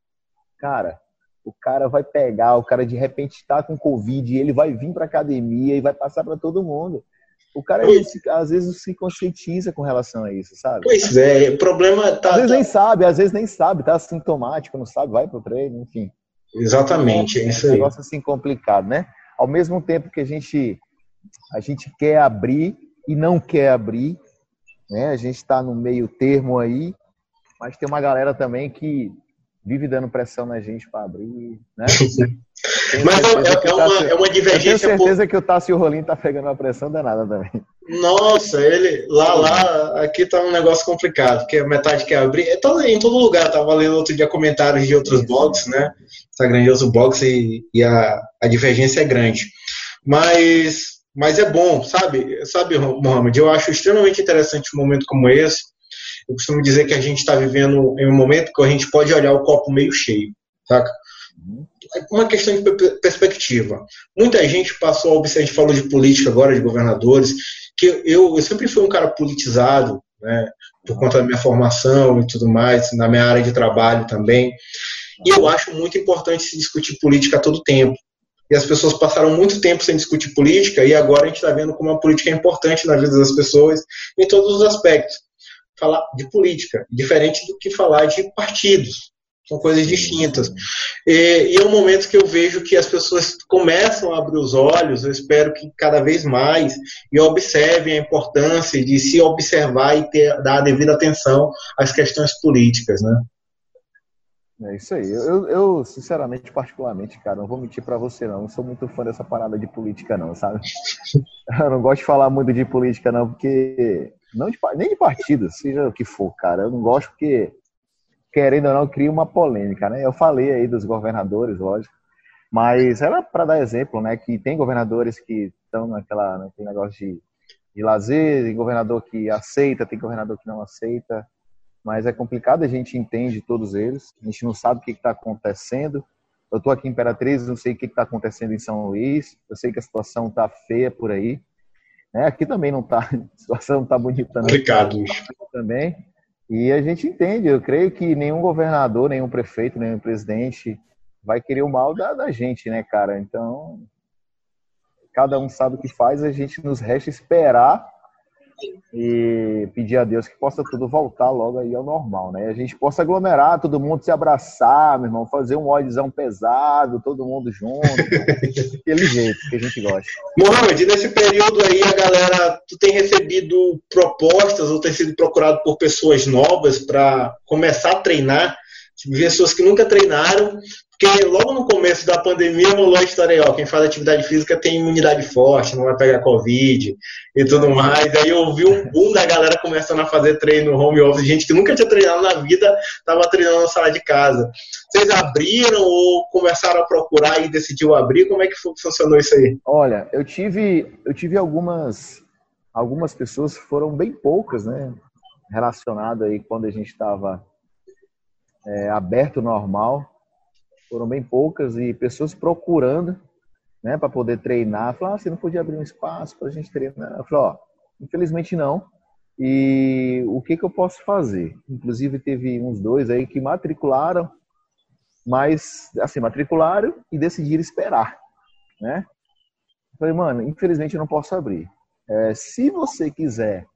Cara, o cara vai pegar, o cara de repente tá com Covid e ele vai vir pra academia e vai passar para todo mundo. O cara, se, às vezes, não se conscientiza com relação a isso, sabe? Pois é, o problema tá... Às vezes tá... nem sabe, às vezes nem sabe, tá sintomático, não sabe, vai pro treino, enfim. Exatamente, é isso aí. É um negócio assim complicado, né? Ao mesmo tempo que a gente, a gente quer abrir e não quer abrir, né? A gente tá no meio termo aí, mas tem uma galera também que vive dando pressão na gente para abrir, né? Mas é, é, uma, é uma divergência... Eu tenho certeza por... que o Tássio Rolim tá pegando uma pressão danada também. Nossa, ele... Lá, lá, aqui tá um negócio complicado, porque a metade quer abrir... É todo, em todo lugar, tava lendo outro dia comentários de outros Isso. blogs, né? Instagram de outros blogs e, e a, a divergência é grande. Mas, mas é bom, sabe? Sabe, Mohamed, eu acho extremamente interessante um momento como esse. Eu costumo dizer que a gente está vivendo em um momento que a gente pode olhar o copo meio cheio, saca? É uma questão de perspectiva. Muita gente passou a observar, a gente falou de política agora, de governadores, que eu, eu sempre fui um cara politizado, né, por conta da minha formação e tudo mais, na minha área de trabalho também. E eu acho muito importante se discutir política a todo tempo. E as pessoas passaram muito tempo sem discutir política e agora a gente está vendo como a política é importante na vida das pessoas em todos os aspectos. Falar de política, diferente do que falar de partidos. São coisas distintas. E, e é um momento que eu vejo que as pessoas começam a abrir os olhos, eu espero que cada vez mais, e observem a importância de se observar e ter, dar a devida atenção às questões políticas, né? É isso aí. Eu, eu, sinceramente, particularmente, cara, não vou mentir pra você, não. Não sou muito fã dessa parada de política, não, sabe? Eu não gosto de falar muito de política, não, porque... Não de, nem de partido, seja o que for, cara. Eu não gosto porque, querendo ou não, cria uma polêmica, né? Eu falei aí dos governadores, lógico. Mas era para dar exemplo, né? Que tem governadores que estão naquela, naquele negócio de, de lazer, tem governador que aceita, tem governador que não aceita. Mas é complicado, a gente entende todos eles. A gente não sabe o que está acontecendo. Eu estou aqui em Imperatriz, não sei o que está acontecendo em São Luís. Eu sei que a situação está feia por aí. É, aqui também não está, a situação não está bonita. Complicado. Também. E a gente entende, eu creio que nenhum governador, nenhum prefeito, nenhum presidente vai querer o mal da, da gente, né, cara? Então, cada um sabe o que faz, a gente nos resta esperar e pedir a Deus que possa tudo voltar logo aí ao normal, né? A gente possa aglomerar, todo mundo se abraçar, meu irmão, fazer um ódiozão pesado, todo mundo junto, aquele jeito que a gente gosta. Mohamed, nesse período aí, a galera, tu tem recebido propostas ou tem sido procurado por pessoas novas para começar a treinar, pessoas que nunca treinaram, porque logo no começo da pandemia rolou a história aí, ó, quem faz atividade física tem imunidade forte, não vai pegar Covid e tudo mais. Aí eu vi um boom da galera começando a fazer treino no home office, gente que nunca tinha treinado na vida, estava treinando na sala de casa. Vocês abriram ou começaram a procurar e decidiu abrir? Como é que funcionou isso aí? Olha, eu tive, eu tive algumas, algumas pessoas, foram bem poucas, né, relacionadas aí quando a gente estava é, aberto normal. Foram bem poucas e pessoas procurando, né, para poder treinar. Falaram, ah, você não podia abrir um espaço para a gente treinar? Eu falei, ó, infelizmente não. E o que que eu posso fazer? Inclusive teve uns dois aí que matricularam, mas, assim, matricularam e decidiram esperar, né? Eu falei, mano, infelizmente eu não posso abrir. É, se você quiser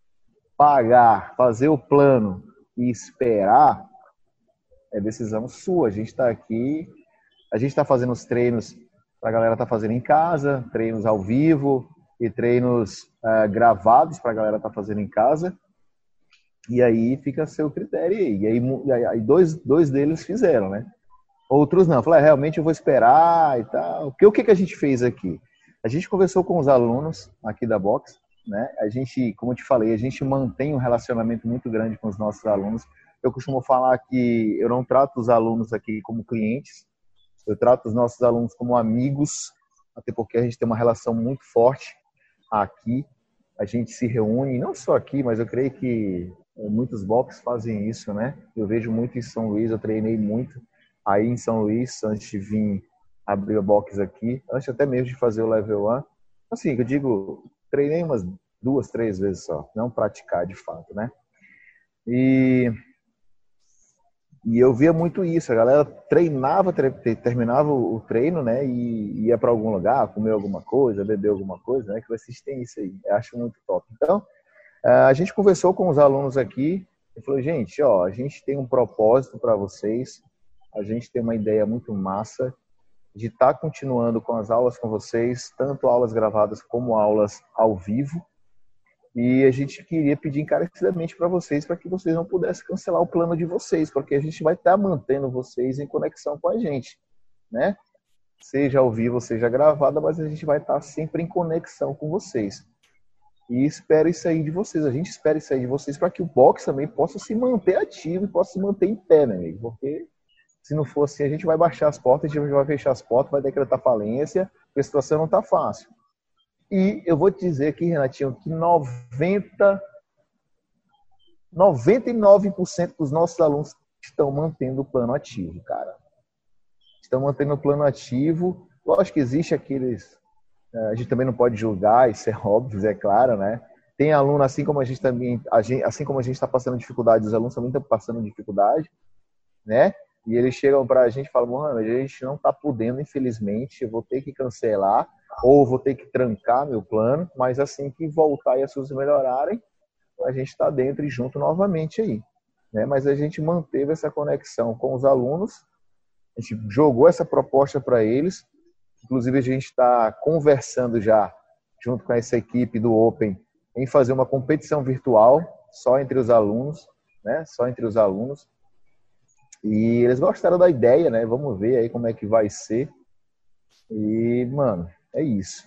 pagar, fazer o plano e esperar, é decisão sua. A gente está aqui, a gente está fazendo os treinos para a galera tá fazendo em casa, treinos ao vivo e treinos uh, gravados para a galera tá fazendo em casa. E aí fica a seu critério. E aí, e aí dois, dois deles fizeram, né? Outros não. Falaram, realmente eu vou esperar e tal. Porque o que, que a gente fez aqui? A gente conversou com os alunos aqui da Box, né? A gente, como eu te falei, a gente mantém um relacionamento muito grande com os nossos alunos. Eu costumo falar que eu não trato os alunos aqui como clientes, Eu trato os nossos alunos como amigos, até porque a gente tem uma relação muito forte aqui. A gente se reúne, não só aqui, mas eu creio que muitos boxes fazem isso, né? Eu vejo muito em São Luís, eu treinei muito aí em São Luís, antes de vir abrir o box aqui, antes até mesmo de fazer o level um. Assim, eu digo, treinei umas duas, três vezes só, não praticar de fato, né? E, e eu via muito isso, a galera treinava, terminava o treino, né? E ia para algum lugar, comer alguma coisa, beber alguma coisa, né? Que vocês têm isso aí, eu acho muito top. Então, a gente conversou com os alunos aqui e falou, gente, ó, a gente tem um propósito para vocês, a gente tem uma ideia muito massa de estar tá continuando com as aulas com vocês, tanto aulas gravadas como aulas ao vivo, e a gente queria pedir encarecidamente para vocês, para que vocês não pudessem cancelar o plano de vocês, porque a gente vai estar tá mantendo vocês em conexão com a gente, né? Seja ao vivo, seja gravada, mas a gente vai estar tá sempre em conexão com vocês. E espero isso aí de vocês. A gente espera isso aí de vocês para que o box também possa se manter ativo e possa se manter em pé, meu amigo. Porque se não for assim, a gente vai baixar as portas, a gente vai fechar as portas, vai decretar falência, porque a situação não está fácil. E eu vou te dizer aqui, Renatinho, que noventa, noventa e nove por cento dos nossos alunos estão mantendo o plano ativo, cara. Estão mantendo o plano ativo. Lógico que existe aqueles... A gente também não pode julgar, isso é óbvio, é claro, né? Tem aluno, assim como a gente também, a gente, assim como a gente está passando dificuldade, os alunos também estão passando dificuldade, né? E eles chegam para a gente e falam, Mohamed, a gente não está podendo, infelizmente, eu vou ter que cancelar ou vou ter que trancar meu plano, mas assim que voltar e as coisas melhorarem, a gente está dentro e junto novamente aí, né? Mas a gente manteve essa conexão com os alunos, a gente jogou essa proposta para eles. Inclusive, a gente está conversando já, junto com essa equipe do Open, em fazer uma competição virtual, só entre os alunos, né? Só entre os alunos. E eles gostaram da ideia, né? Vamos ver aí como é que vai ser. E, mano, é isso.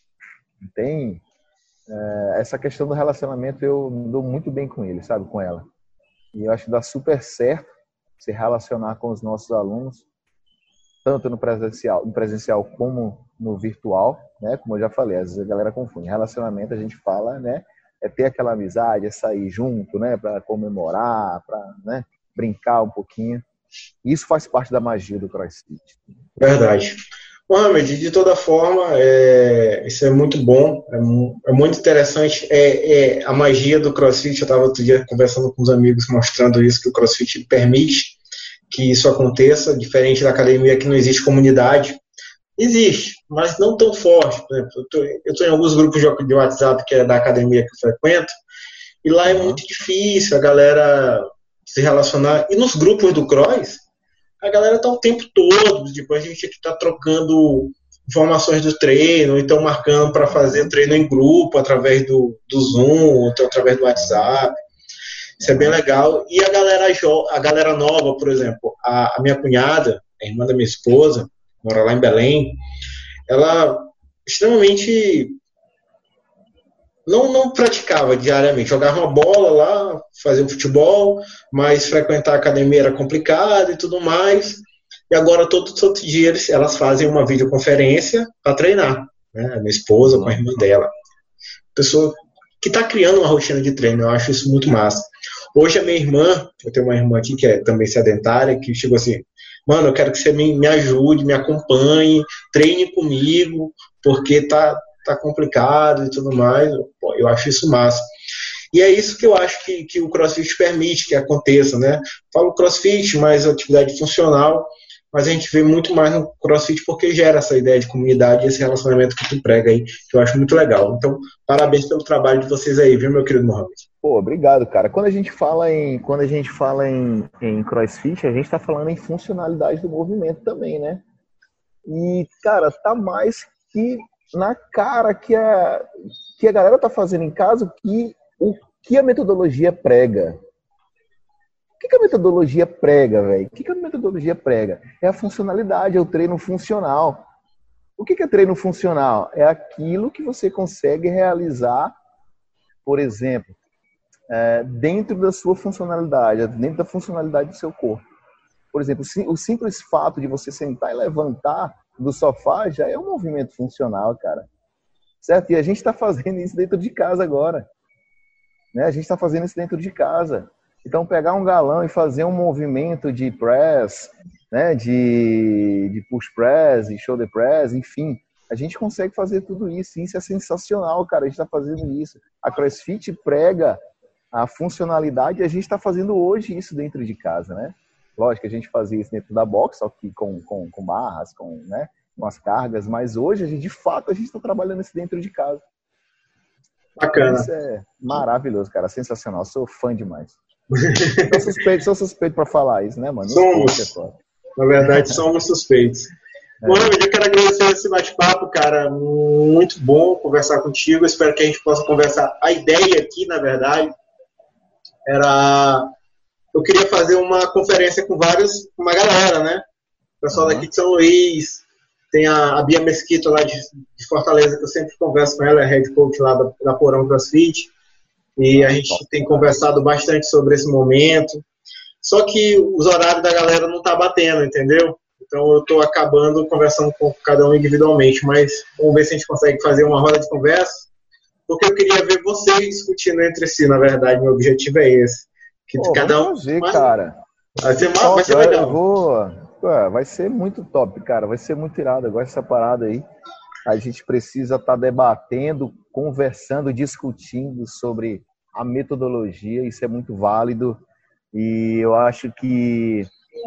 Tem é, essa questão do relacionamento, eu dou muito bem com ele, sabe? Com ela. E eu acho que dá super certo se relacionar com os nossos alunos, tanto no presencial, no presencial como no virtual, né? Como eu já falei, às vezes a galera confunde. Relacionamento, a gente fala, né? É ter aquela amizade, é sair junto, né? Para comemorar, para, né? Brincar um pouquinho. Isso faz parte da magia do CrossFit. Verdade. Mohamed, de toda forma, é, isso é muito bom, é, é muito interessante. É, é a magia do CrossFit. Eu estava outro dia conversando com os amigos, mostrando isso, que o CrossFit permite que isso aconteça, diferente da academia que não existe comunidade. Existe, mas não tão forte. Por exemplo, eu estou em alguns grupos de WhatsApp que é da academia que eu frequento, e lá é muito difícil a galera se relacionar. E nos grupos do Cross, a galera está o tempo todo, depois a gente aqui está trocando informações do treino, então marcando para fazer treino em grupo, através do, do Zoom, ou então através do WhatsApp. Isso é bem legal. E a galera, a galera nova, por exemplo, a, a minha cunhada, a irmã da minha esposa, mora lá em Belém, ela extremamente não, não praticava diariamente. Jogava uma bola lá, fazia um futebol, mas frequentar a academia era complicado e tudo mais. E agora, todo, todo dia, eles, elas fazem uma videoconferência para treinar. Né? A minha esposa com a irmã dela. Pessoa que está criando uma rotina de treino. Eu acho isso muito massa. Hoje a minha irmã, eu tenho uma irmã aqui que é também sedentária, que chegou assim, mano, eu quero que você me, me ajude, me acompanhe, treine comigo, porque tá, tá complicado e tudo mais. Pô, eu acho isso massa. E é isso que eu acho que, que o CrossFit permite que aconteça, né? Falo CrossFit, mas atividade funcional, mas a gente vê muito mais no CrossFit porque gera essa ideia de comunidade e esse relacionamento que tu prega aí, que eu acho muito legal. Então, parabéns pelo trabalho de vocês aí, viu, meu querido Mohamed? Pô, obrigado, cara. Quando a gente fala em, quando a gente fala em, em CrossFit, a gente tá falando em funcionalidade do movimento também, né? E, cara, tá mais que na cara que a, que a galera tá fazendo em casa o que, o que a metodologia prega. O que a metodologia prega, velho? O que a metodologia prega? É a funcionalidade, é o treino funcional. O que é treino funcional? É aquilo que você consegue realizar, por exemplo, é, dentro da sua funcionalidade, dentro da funcionalidade do seu corpo. Por exemplo, o simples fato de você sentar e levantar do sofá já é um movimento funcional, cara. Certo? E a gente está fazendo isso dentro de casa agora. Né? A gente está fazendo isso dentro de casa. Então, pegar um galão e fazer um movimento de press, né? de, de push press, de shoulder press, enfim, a gente consegue fazer tudo isso. E isso é sensacional, cara. A gente está fazendo isso. A CrossFit prega a funcionalidade e a gente está fazendo hoje isso dentro de casa, né? Lógico que a gente fazia isso dentro da box, só que com, com, com barras, com, né, com as cargas, mas hoje, a gente, de fato, a gente está trabalhando isso dentro de casa. Bacana. Isso é maravilhoso, cara, sensacional, sou fã demais. Sou suspeito, sou suspeito para falar isso, né, mano? Somos, na verdade, somos suspeitos. É. Bom, eu quero agradecer esse bate-papo, cara, muito bom conversar contigo, espero que a gente possa conversar. A ideia aqui, na verdade, era... Eu queria fazer uma conferência com vários, com uma galera, né? O pessoal uhum. daqui de São Luís, tem a, a Bia Mesquita lá de, de Fortaleza, que eu sempre converso com ela, é head coach lá da, da Porão CrossFit, e a gente tem conversado bastante sobre esse momento. Só que os horários da galera não tá batendo, entendeu? Então eu tô acabando conversando com cada um individualmente, mas vamos ver se a gente consegue fazer uma roda de conversa, porque eu queria ver vocês discutindo entre si, na verdade, meu objetivo é esse. Que Pô, cada um fazer, mas... cara. Vai ser, uma, vai ser legal. Eu vou... Ué, vai ser muito top, cara. Vai ser muito irado. Eu gosto dessa parada aí. A gente precisa estar tá debatendo, conversando, discutindo sobre a metodologia. Isso é muito válido. E eu acho que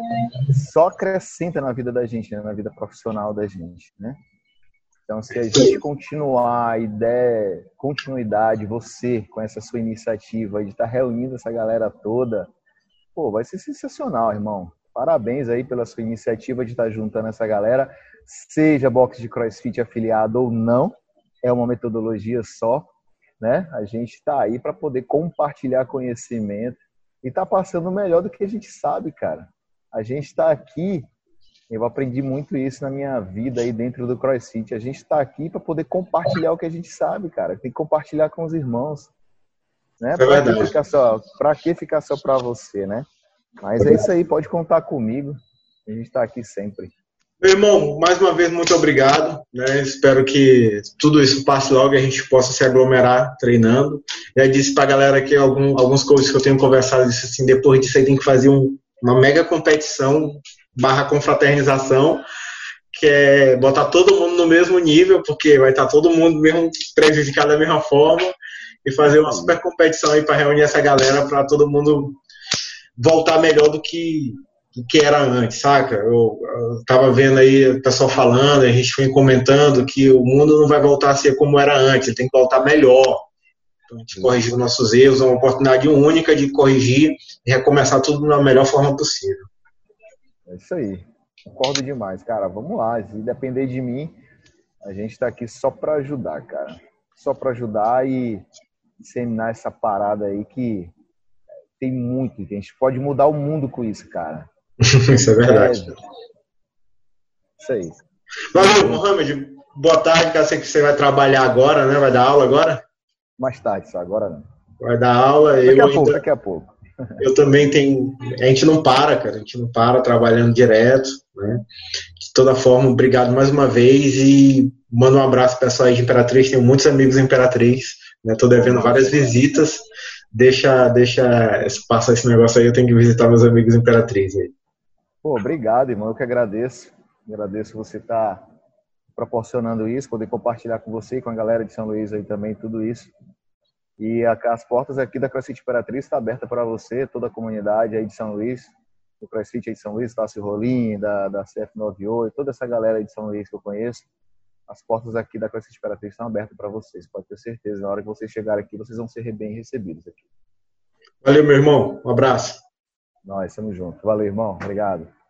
só acrescenta na vida da gente, né? Na vida profissional da gente, né? Então, se a gente continuar e der continuidade, você, com essa sua iniciativa de estar reunindo essa galera toda, pô, vai ser sensacional, irmão. Parabéns aí pela sua iniciativa de estar juntando essa galera, seja box de CrossFit afiliado ou não, é uma metodologia só, né? A gente está aí para poder compartilhar conhecimento e tá passando melhor do que a gente sabe, cara. A gente está aqui... Eu aprendi muito isso na minha vida aí dentro do CrossFit. A gente está aqui para poder compartilhar o que a gente sabe, cara. Tem que compartilhar com os irmãos. Né? É para que ficar só, para que ficar só para você, né? Mas é isso aí, pode contar comigo. A gente está aqui sempre. Meu irmão, mais uma vez, muito obrigado. Né? Espero que tudo isso passe logo e a gente possa se aglomerar treinando. Já disse para a galera que algum, alguns coaches que eu tenho conversado, disse assim, depois disso aí tem que fazer um, uma mega competição barra confraternização, que é botar todo mundo no mesmo nível, porque vai estar todo mundo mesmo prejudicado da mesma forma, e fazer uma super competição aí para reunir essa galera para todo mundo voltar melhor do que, do que era antes, saca? Eu, eu tava vendo aí o pessoal falando, a gente foi comentando que o mundo não vai voltar a ser como era antes, ele tem que voltar melhor. Então, a gente corrigir os nossos erros, é uma oportunidade única de corrigir e recomeçar tudo da melhor forma possível. É isso aí. Concordo demais, cara. Vamos lá. Se depender de mim, a gente tá aqui só para ajudar, cara. Só para ajudar e disseminar essa parada aí que tem muito. A gente pode mudar o mundo com isso, cara. Isso é verdade. É. Isso aí. Valeu, Mohamed. Boa tarde, cara. Sei que você vai trabalhar agora, né? Vai dar aula agora? Mais tarde, só. Agora não. Vai dar aula. Daqui eu a ainda... pouco, daqui a pouco. Eu também tenho... A gente não para, cara. A gente não para trabalhando direto, né? De toda forma, obrigado mais uma vez e mando um abraço pro pessoal aí de Imperatriz. Tenho muitos amigos em Imperatriz, né? Tô devendo várias visitas. Deixa, deixa passar esse negócio aí. Eu tenho que visitar meus amigos em Imperatriz aí. Pô, obrigado, irmão. Eu que agradeço. Agradeço você estar proporcionando isso, poder compartilhar com você e com a galera de São Luís aí também tudo isso. E a, as portas aqui da CrossFit Imperatriz estão abertas para você, toda a comunidade aí de São Luís, do CrossFit aí de São Luís, Tássio Rolim, da, da C F noventa e oito, toda essa galera aí de São Luís que eu conheço. As portas aqui da CrossFit Imperatriz estão abertas para vocês, pode ter certeza. Na hora que vocês chegarem aqui, vocês vão ser bem recebidos aqui. Valeu, meu irmão. Um abraço. Nós, estamos juntos. Valeu, irmão. Obrigado.